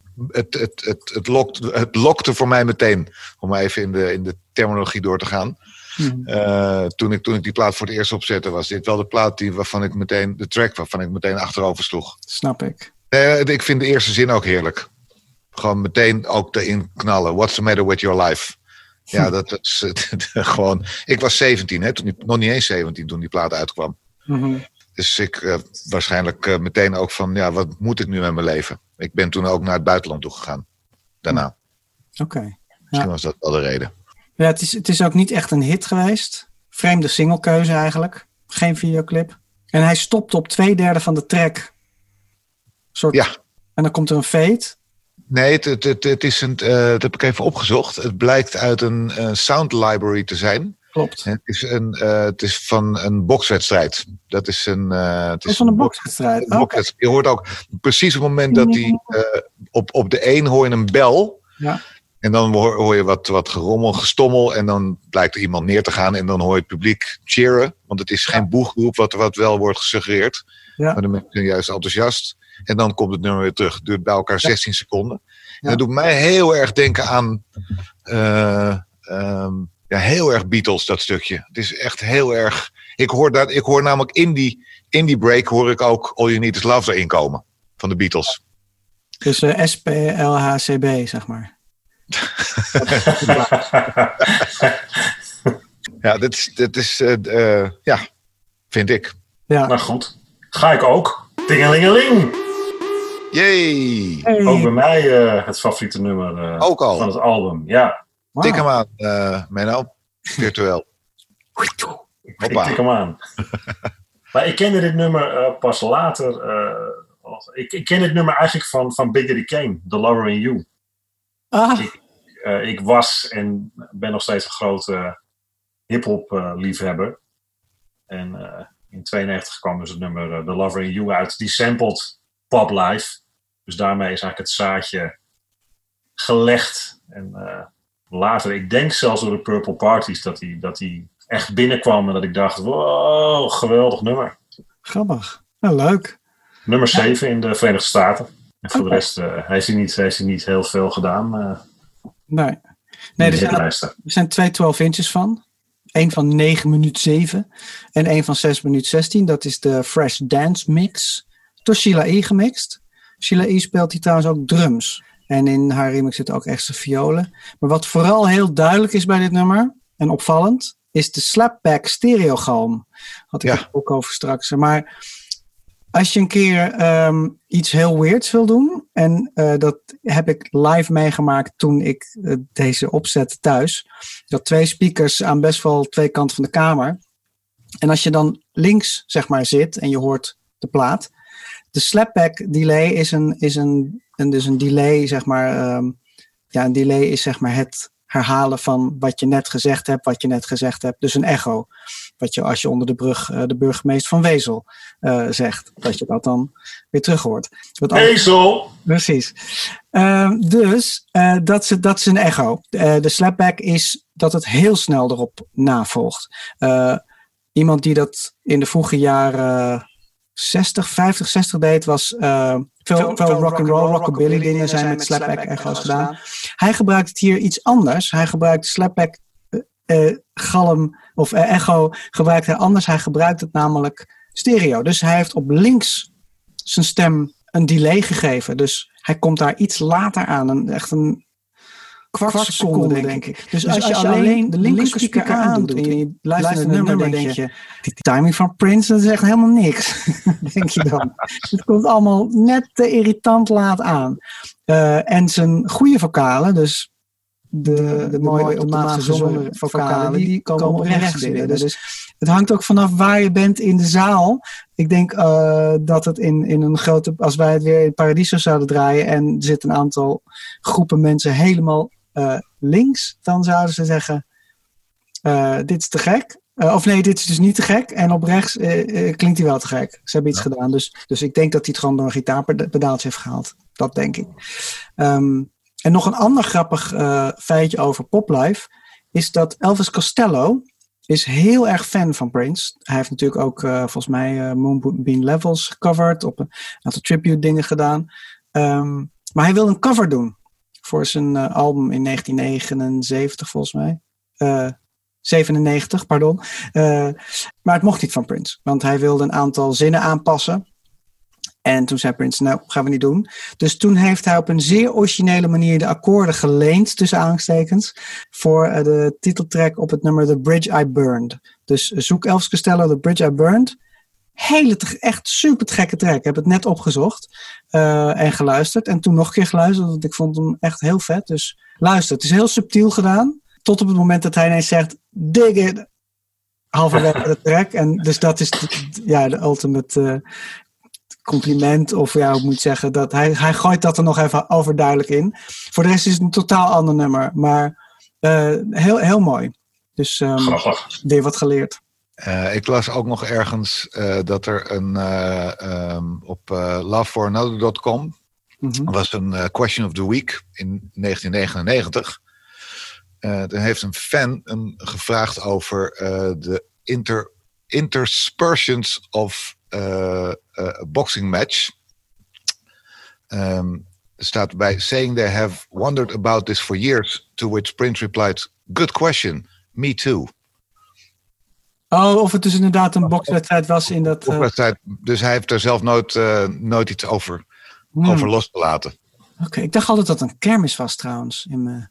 S1: Het lokte voor mij meteen, om even in de terminologie door te gaan. Toen ik die plaat voor het eerst opzette, was dit wel de plaat de track waarvan ik meteen achterover sloeg.
S2: Snap ik.
S1: Ik vind de eerste zin ook heerlijk. Gewoon meteen ook erin knallen. What's the matter with your life? Ja, dat is gewoon. Ik was 17, nog niet eens 17 toen die plaat uitkwam. Mm-hmm. Dus ik waarschijnlijk meteen ook van, wat moet ik nu met mijn leven? Ik ben toen ook naar het buitenland toe gegaan. Daarna.
S2: Oké.
S1: Misschien was dat wel de reden.
S2: Ja, het is ook niet echt een hit geweest. Vreemde singlekeuze eigenlijk. Geen videoclip. En hij stopt op 2/3 van de track. Ja. En dan komt er een fade.
S1: Nee, het is dat heb ik even opgezocht. Het blijkt uit een sound library te zijn.
S2: Klopt.
S1: Het is van een bokswedstrijd. Dat is het is
S2: van een bokswedstrijd. Okay.
S1: Je hoort ook precies op het moment dat hij op de een hoor je een bel. Ja. En dan hoor je wat gerommel, gestommel. En dan blijkt er iemand neer te gaan. En dan hoor je het publiek cheeren. Want het is geen boegroep wat wel wordt gesuggereerd. Ja. Maar de mensen zijn juist enthousiast. En dan komt het nummer weer terug. Het duurt bij elkaar 16 seconden. En dat doet mij heel erg denken aan heel erg Beatles, dat stukje. Het is echt heel erg. Ik hoor namelijk in die break hoor ik ook All You Need Is Love erin komen. Van de Beatles.
S2: Dus SPLHCB, zeg maar.
S1: Ja, dit is vind ik.
S3: Ja. Nou goed. Ga ik ook. Tingelingeling.
S1: Yay.
S2: Hey.
S3: Ook bij mij het favoriete nummer
S1: ook al.
S3: Van het album. Ja.
S2: Wow.
S1: Tik hem aan, Menno. Virtueel.
S3: Ik tik hem aan. Maar ik kende dit nummer pas later. Ik ken dit nummer eigenlijk van Big Daddy Kane. The Lover in You. Ik was en ben nog steeds een grote hip-hop liefhebber. En in 1992 kwam dus het nummer The Lover in You uit. Die sampled Pop Life. Dus daarmee is eigenlijk het zaadje gelegd. En later, ik denk zelfs door de Purple Parties, dat die echt binnenkwam. En dat ik dacht, wow, geweldig nummer.
S2: Grappig. Nou, leuk.
S3: Nummer 7 in de Verenigde Staten. En voor de rest heeft hij niet heel veel gedaan.
S2: Nee. Nee, er zijn 2 12 inches van. Eén van 9 minuut 7 en één van 6 minuut 16. Dat is de Fresh Dance Mix. Door Sheila E. gemixt. Sheila E. speelt hier trouwens ook drums. En in haar remix zitten ook extra violen. Maar wat vooral heel duidelijk is bij dit nummer, en opvallend, is de slapback stereogalm. Had ik het ook over straks. Maar als je een keer iets heel weirds wil doen, en dat heb ik live meegemaakt toen ik deze opzette thuis. Dat 2 speakers aan best wel 2 kanten van de kamer. En als je dan links, zeg maar, zit en je hoort de plaat. De slapback delay is een delay, zeg maar. Een delay is zeg maar het herhalen van wat je net gezegd hebt. Dus een echo. Wat je als je onder de brug de burgemeester van Wezel zegt. Dat je dat dan weer terug hoort.
S3: Wezel!
S2: Precies. Dat is een echo. De slapback is dat het heel snel erop navolgt. Iemand die dat in de vroege jaren 50, 60 deed, was veel rock'n'roll, rockabilly dingen zijn met slapback echo's gedaan. Hij gebruikt het hier iets anders. Hij gebruikt slapback galm of echo gebruikt hij anders. Hij gebruikt het namelijk stereo. Dus hij heeft op links zijn stem een delay gegeven. Dus hij komt daar iets later aan. Echt een kwart seconde, denk ik. Dus als je alleen de linkerspeaker aandoet en je luistert naar het nummer, denk je, die timing van Prince, dat is echt helemaal niks. Denk je dan. Het komt allemaal net te irritant laat aan. En zijn goede vocalen, dus de mooie op de maat gezongen vocalen, die komen op rechts binnen. Dus het hangt ook vanaf waar je bent in de zaal. Ik denk dat het in een grote, als wij het weer in Paradiso zouden draaien en er zitten een aantal groepen mensen helemaal links, dan zouden ze zeggen, dit is te gek. Of nee, dit is dus niet te gek. En op rechts klinkt hij wel te gek. Ze hebben iets gedaan. Dus ik denk dat hij het gewoon door een gitaarpedaaltje heeft gehaald. Dat denk ik. En nog een ander grappig feitje over Poplife is dat Elvis Costello is heel erg fan van Prince. Hij heeft natuurlijk ook volgens mij Moonbeam Levels gecoverd, op een aantal tribute dingen gedaan. Maar hij wilde een cover doen voor zijn album in 1979 volgens mij. 97, pardon. Maar het mocht niet van Prince, want hij wilde een aantal zinnen aanpassen. En toen zei Prince, nou, gaan we niet doen. Dus toen heeft hij op een zeer originele manier de akkoorden geleend, tussen aanstekens, voor de titeltrack op het nummer The Bridge I Burned. Dus zoek Elvis Costello, The Bridge I Burned. Echt super te gekke track. Ik heb het net opgezocht en geluisterd. En toen nog een keer geluisterd, want ik vond hem echt heel vet. Dus luister, het is heel subtiel gedaan. Tot op het moment dat hij ineens zegt, dig it, halverwege de track. En dus dat is de ultimate compliment, of ja, hoe moet ik zeggen, dat hij gooit dat er nog even overduidelijk in. Voor de rest is het een totaal ander nummer, maar heel, heel mooi. Dus weer wat geleerd.
S1: Ik las ook nog ergens dat er op loveforanother.com was een question of the week in 1999. Er heeft een fan gevraagd over de interspersions of boxing match. Staat bij saying they have wondered about this for years, to which Prince replied, good question, me too.
S2: Oh, of het dus inderdaad een bokswedstrijd was in dat...
S1: Dus hij heeft er zelf nooit iets over losgelaten.
S2: Oké, ik dacht altijd dat het een kermis was trouwens.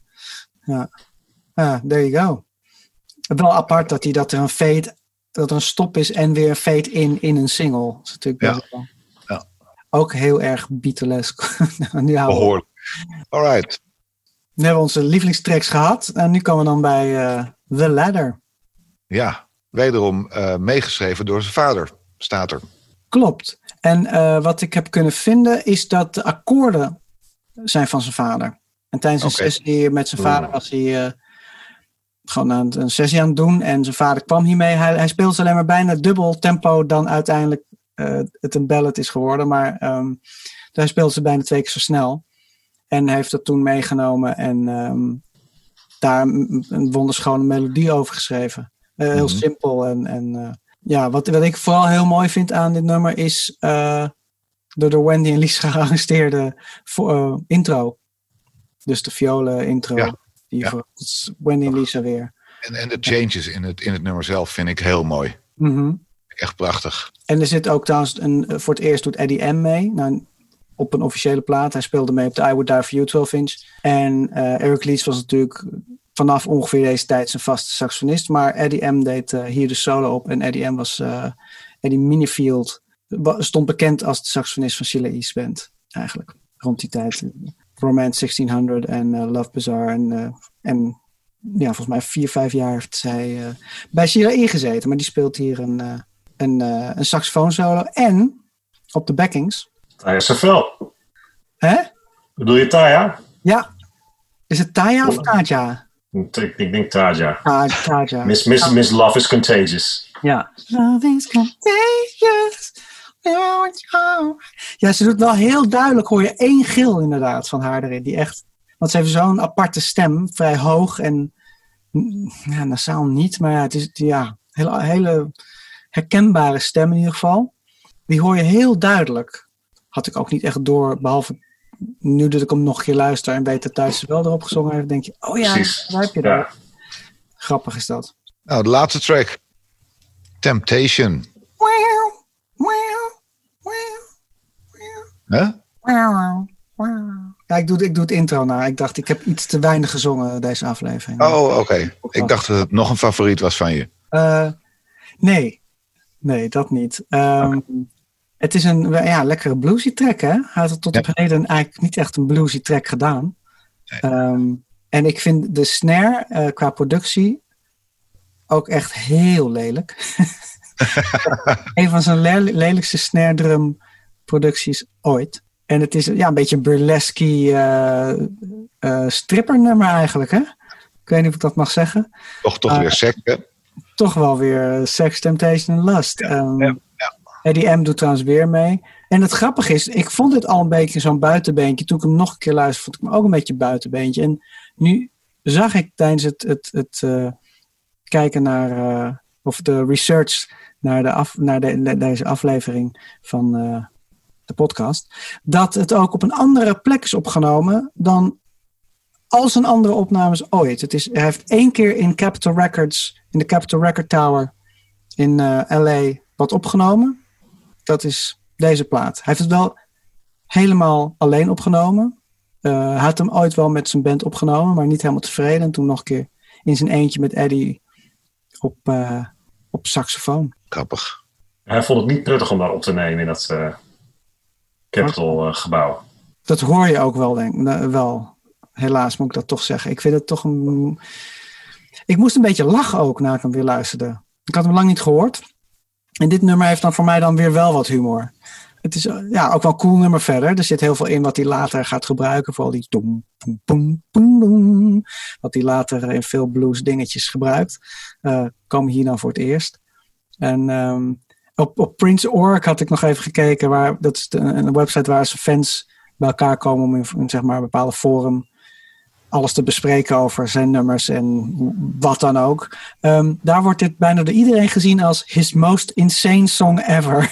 S2: There you go. Wel apart dat er een fade, dat er een stop is en weer een fade in een single. Dat is natuurlijk ook heel erg Beatlesque.
S1: Behoorlijk. Alright.
S2: Nu hebben we onze lievelingstracks gehad. En nu komen we dan bij The Ladder.
S1: Ja, wederom meegeschreven door zijn vader, staat er.
S2: Klopt. En wat ik heb kunnen vinden is dat de akkoorden zijn van zijn vader. En tijdens een sessie met zijn vader was hij gewoon een sessie aan het doen. En zijn vader kwam hiermee. Hij speelt alleen maar bijna dubbel tempo dan uiteindelijk het een ballad is geworden. Maar hij speelt ze bijna 2 keer zo snel. En hij heeft dat toen meegenomen en daar een wonderschone melodie over geschreven. Heel simpel. Wat ik vooral heel mooi vind aan dit nummer is de door Wendy en Lies gearrangeerde intro. Dus de violen intro. Dat is Wendy en Lisa weer.
S1: En de changes in het nummer zelf vind ik heel mooi.
S2: Mm-hmm.
S1: Echt prachtig.
S2: En er zit ook trouwens voor het eerst doet Eddie M mee. Nou, op een officiële plaat. Hij speelde mee op de I Would Die For You 12 inch. En Eric Leeds was natuurlijk vanaf ongeveer deze tijd zijn vaste saxofonist. Maar Eddie M deed hier de solo op. En Eddie M was Eddie Minifield. Stond bekend als de saxofonist van Sheila East Band. Eigenlijk. Rond die tijd. Romance 1600 en Love Bazaar. En volgens mij 4-5 jaar heeft zij bij Sheila E gezeten. Maar die speelt hier een saxofoonsolo. En op de backings.
S3: Taya Savell.
S2: Hè?
S3: Bedoel je Taya?
S2: Ja. Is het Taya of Taja?
S3: Ik denk Taya.
S2: Taja.
S3: Miss Love is Contagious.
S2: Ja. Love is contagious. Ja, ze doet wel heel duidelijk, hoor je 1 gil inderdaad van haar erin. Die echt, want ze heeft zo'n aparte stem, vrij hoog en nasaal niet, maar het is hele herkenbare stem in ieder geval. Die hoor je heel duidelijk. Had ik ook niet echt door, behalve nu dat ik hem nog een keer luister en weet dat Thijs wel erop gezongen heeft, denk je, oh ja, daar heb je dat. Ja. Grappig is dat.
S1: Nou, de laatste track. Temptation. Huh?
S2: Ja, ik doe het intro na. Ik dacht, ik heb iets te weinig gezongen deze aflevering.
S1: Oh, oké. Ik dacht dat het nog een favoriet was van je.
S2: Nee, dat niet. Het is een lekkere bluesy track, hè? Hij had het tot op heden eigenlijk niet echt een bluesy track gedaan. Nee. En ik vind de snare qua productie ook echt heel lelijk. Een van zijn lelijkste snare drum producties ooit. En het is een beetje een burlesque strippernummer eigenlijk, hè? Ik weet niet of ik dat mag zeggen.
S1: Toch weer seks, hè?
S2: Toch wel weer Sex, Temptation en Lust. Eddie M doet trouwens weer mee. En het grappige is, ik vond dit al een beetje zo'n buitenbeentje. Toen ik hem nog een keer luisterde, vond ik hem ook een beetje buitenbeentje. En nu zag ik tijdens het kijken naar, of de research naar deze aflevering van de podcast, dat het ook op een andere plek is opgenomen dan al zijn andere opnames ooit. Hij heeft 1 keer in Capitol Records, in de Capitol Record Tower in LA wat opgenomen. Dat is deze plaat. Hij heeft het wel helemaal alleen opgenomen. Hij had hem ooit wel met zijn band opgenomen, maar niet helemaal tevreden. En toen nog een keer in zijn eentje met Eddie op saxofoon.
S1: Grappig.
S3: Hij vond het niet prettig om daar op te nemen in dat Capitol gebouw.
S2: Dat hoor je ook wel, wel. Helaas moet ik dat toch zeggen. Ik vind het toch Ik moest een beetje lachen ook na ik hem weer luisterde. Ik had hem lang niet gehoord. En dit nummer heeft dan voor mij dan weer wel wat humor. Het is ook wel een cool nummer verder. Er zit heel veel in wat hij later gaat gebruiken. Vooral die doem, boem, boem, boem, boem. Wat hij later in veel blues dingetjes gebruikt. Komen hier dan voor het eerst. En op Prince.org had ik nog even gekeken. Dat is een website waar zijn fans bij elkaar komen om in zeg maar een bepaalde forum alles te bespreken over zijn nummers en wat dan ook. Daar wordt dit bijna door iedereen gezien als his most insane song ever.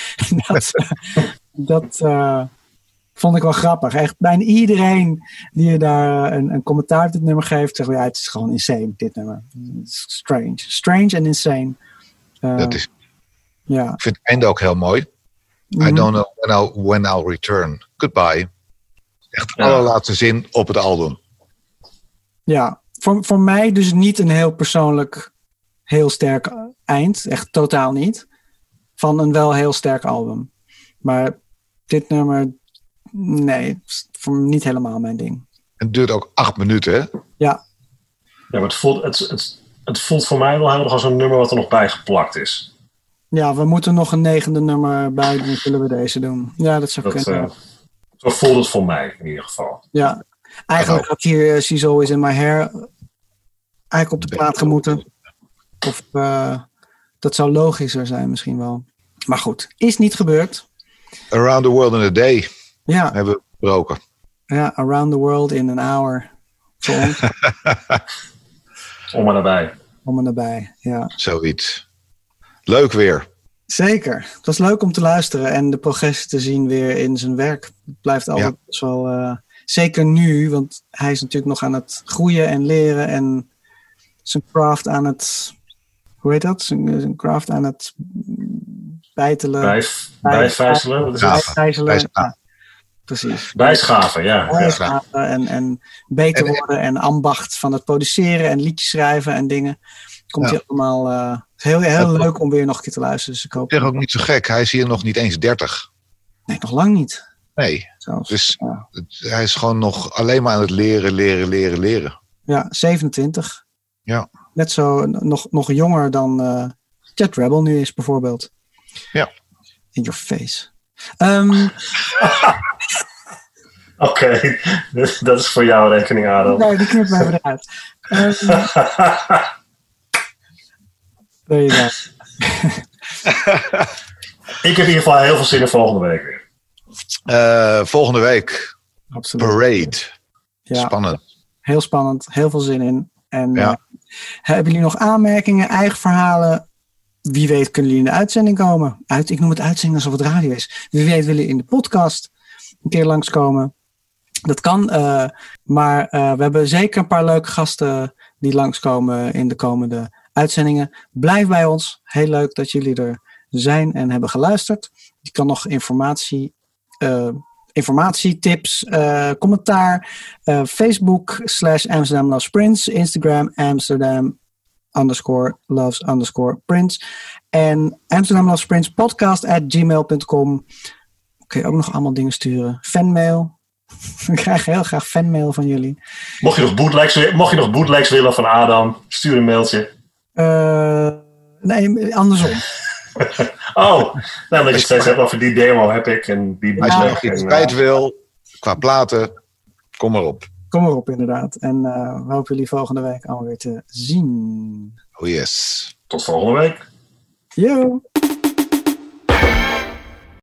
S2: dat vond ik wel grappig. Echt bijna iedereen die je daar een commentaar op dit nummer geeft, zegt het is gewoon insane, dit nummer. Strange. Strange and insane.
S1: Dat is.
S2: Ja.
S1: Ik vind het einde ook heel mooi. I don't know when I'll return. Goodbye. Echt de allerlaatste zin op het album.
S2: Ja, voor mij dus niet een heel persoonlijk, heel sterk eind. Echt totaal niet. Van een wel heel sterk album. Maar dit nummer, nee, voor me niet helemaal mijn ding.
S1: Het duurt ook 8 minuten, hè?
S2: Ja.
S3: Ja, maar het voelt voor mij wel heel erg als een nummer wat er nog bij geplakt is.
S2: Ja, we moeten nog een 9e nummer bij doen. Zullen we deze doen? Ja, dat zou kunnen.
S3: Zo voelt het voor mij in ieder geval.
S2: Ja. Eigenlijk had hier She's Always in My Hair eigenlijk op de plaat gemoeten. Of dat zou logischer zijn misschien wel. Maar goed, is niet gebeurd.
S1: Around the World in a Day.
S2: Ja.
S1: Hebben we besproken.
S2: Ja, Around the World in an Hour. Voor ons.
S3: Om en nabij,
S2: ja.
S1: Zoiets. Leuk weer.
S2: Zeker. Het was leuk om te luisteren en de progressie te zien weer in zijn werk. Het blijft altijd best wel zeker nu, want hij is natuurlijk nog aan het groeien en leren en zijn craft aan het, hoe heet dat? Zijn craft aan het bijtelen.
S3: Bijvijzelen? Wat is het?
S2: Bijvijzelen, ja, precies.
S3: Bijschaven, ja.
S2: Bijschaven en beter worden en ambacht van het produceren en liedjes schrijven en dingen. Komt hij allemaal heel leuk om weer nog een keer te luisteren. Dus ik hoop.
S1: Zeg ook niet zo gek, hij is hier nog niet eens 30.
S2: Nee, nog lang niet.
S1: Nee,
S2: zelfs.
S1: Dus hij is gewoon nog alleen maar aan het leren.
S2: Ja, 27.
S1: Ja.
S2: Net zo, nog jonger dan Jet Rebel nu is bijvoorbeeld.
S1: Ja.
S2: In your face.
S3: Oké, dat is voor jouw rekening, Adam.
S2: Nee, die knipt mij eruit. There you go.
S3: Ik heb in ieder geval heel veel zin in volgende week weer.
S1: Volgende week.
S2: Absoluut.
S1: Parade.
S2: Ja,
S1: spannend.
S2: Heel spannend. Heel veel zin in. En hebben jullie nog aanmerkingen, eigen verhalen? Wie weet kunnen jullie in de uitzending komen. Ik noem het uitzending alsof het radio is. Wie weet willen jullie in de podcast een keer langskomen. Dat kan. Maar we hebben zeker een paar leuke gasten die langskomen in de komende uitzendingen. Blijf bij ons. Heel leuk dat jullie er zijn en hebben geluisterd. Je kan nog informatie, tips, commentaar. Facebook /Amsterdam Loves Prince. Instagram Amsterdam_loves_Prince. En Amsterdam Loves Prince podcast @gmail.com. Kun je ook nog allemaal dingen sturen. Fanmail. Ik krijg heel graag fanmail van jullie.
S3: Mocht je nog bootlegs willen van Adam, stuur een mailtje.
S2: Nee, andersom.
S3: Omdat je steeds hebt over die demo heb ik en die
S1: bootleg. Als je nog iets kwijt wil, qua platen, kom maar op.
S2: Kom maar op, inderdaad. En we hopen jullie volgende week alweer te zien.
S1: Oh yes.
S3: Tot volgende week.
S2: Yo.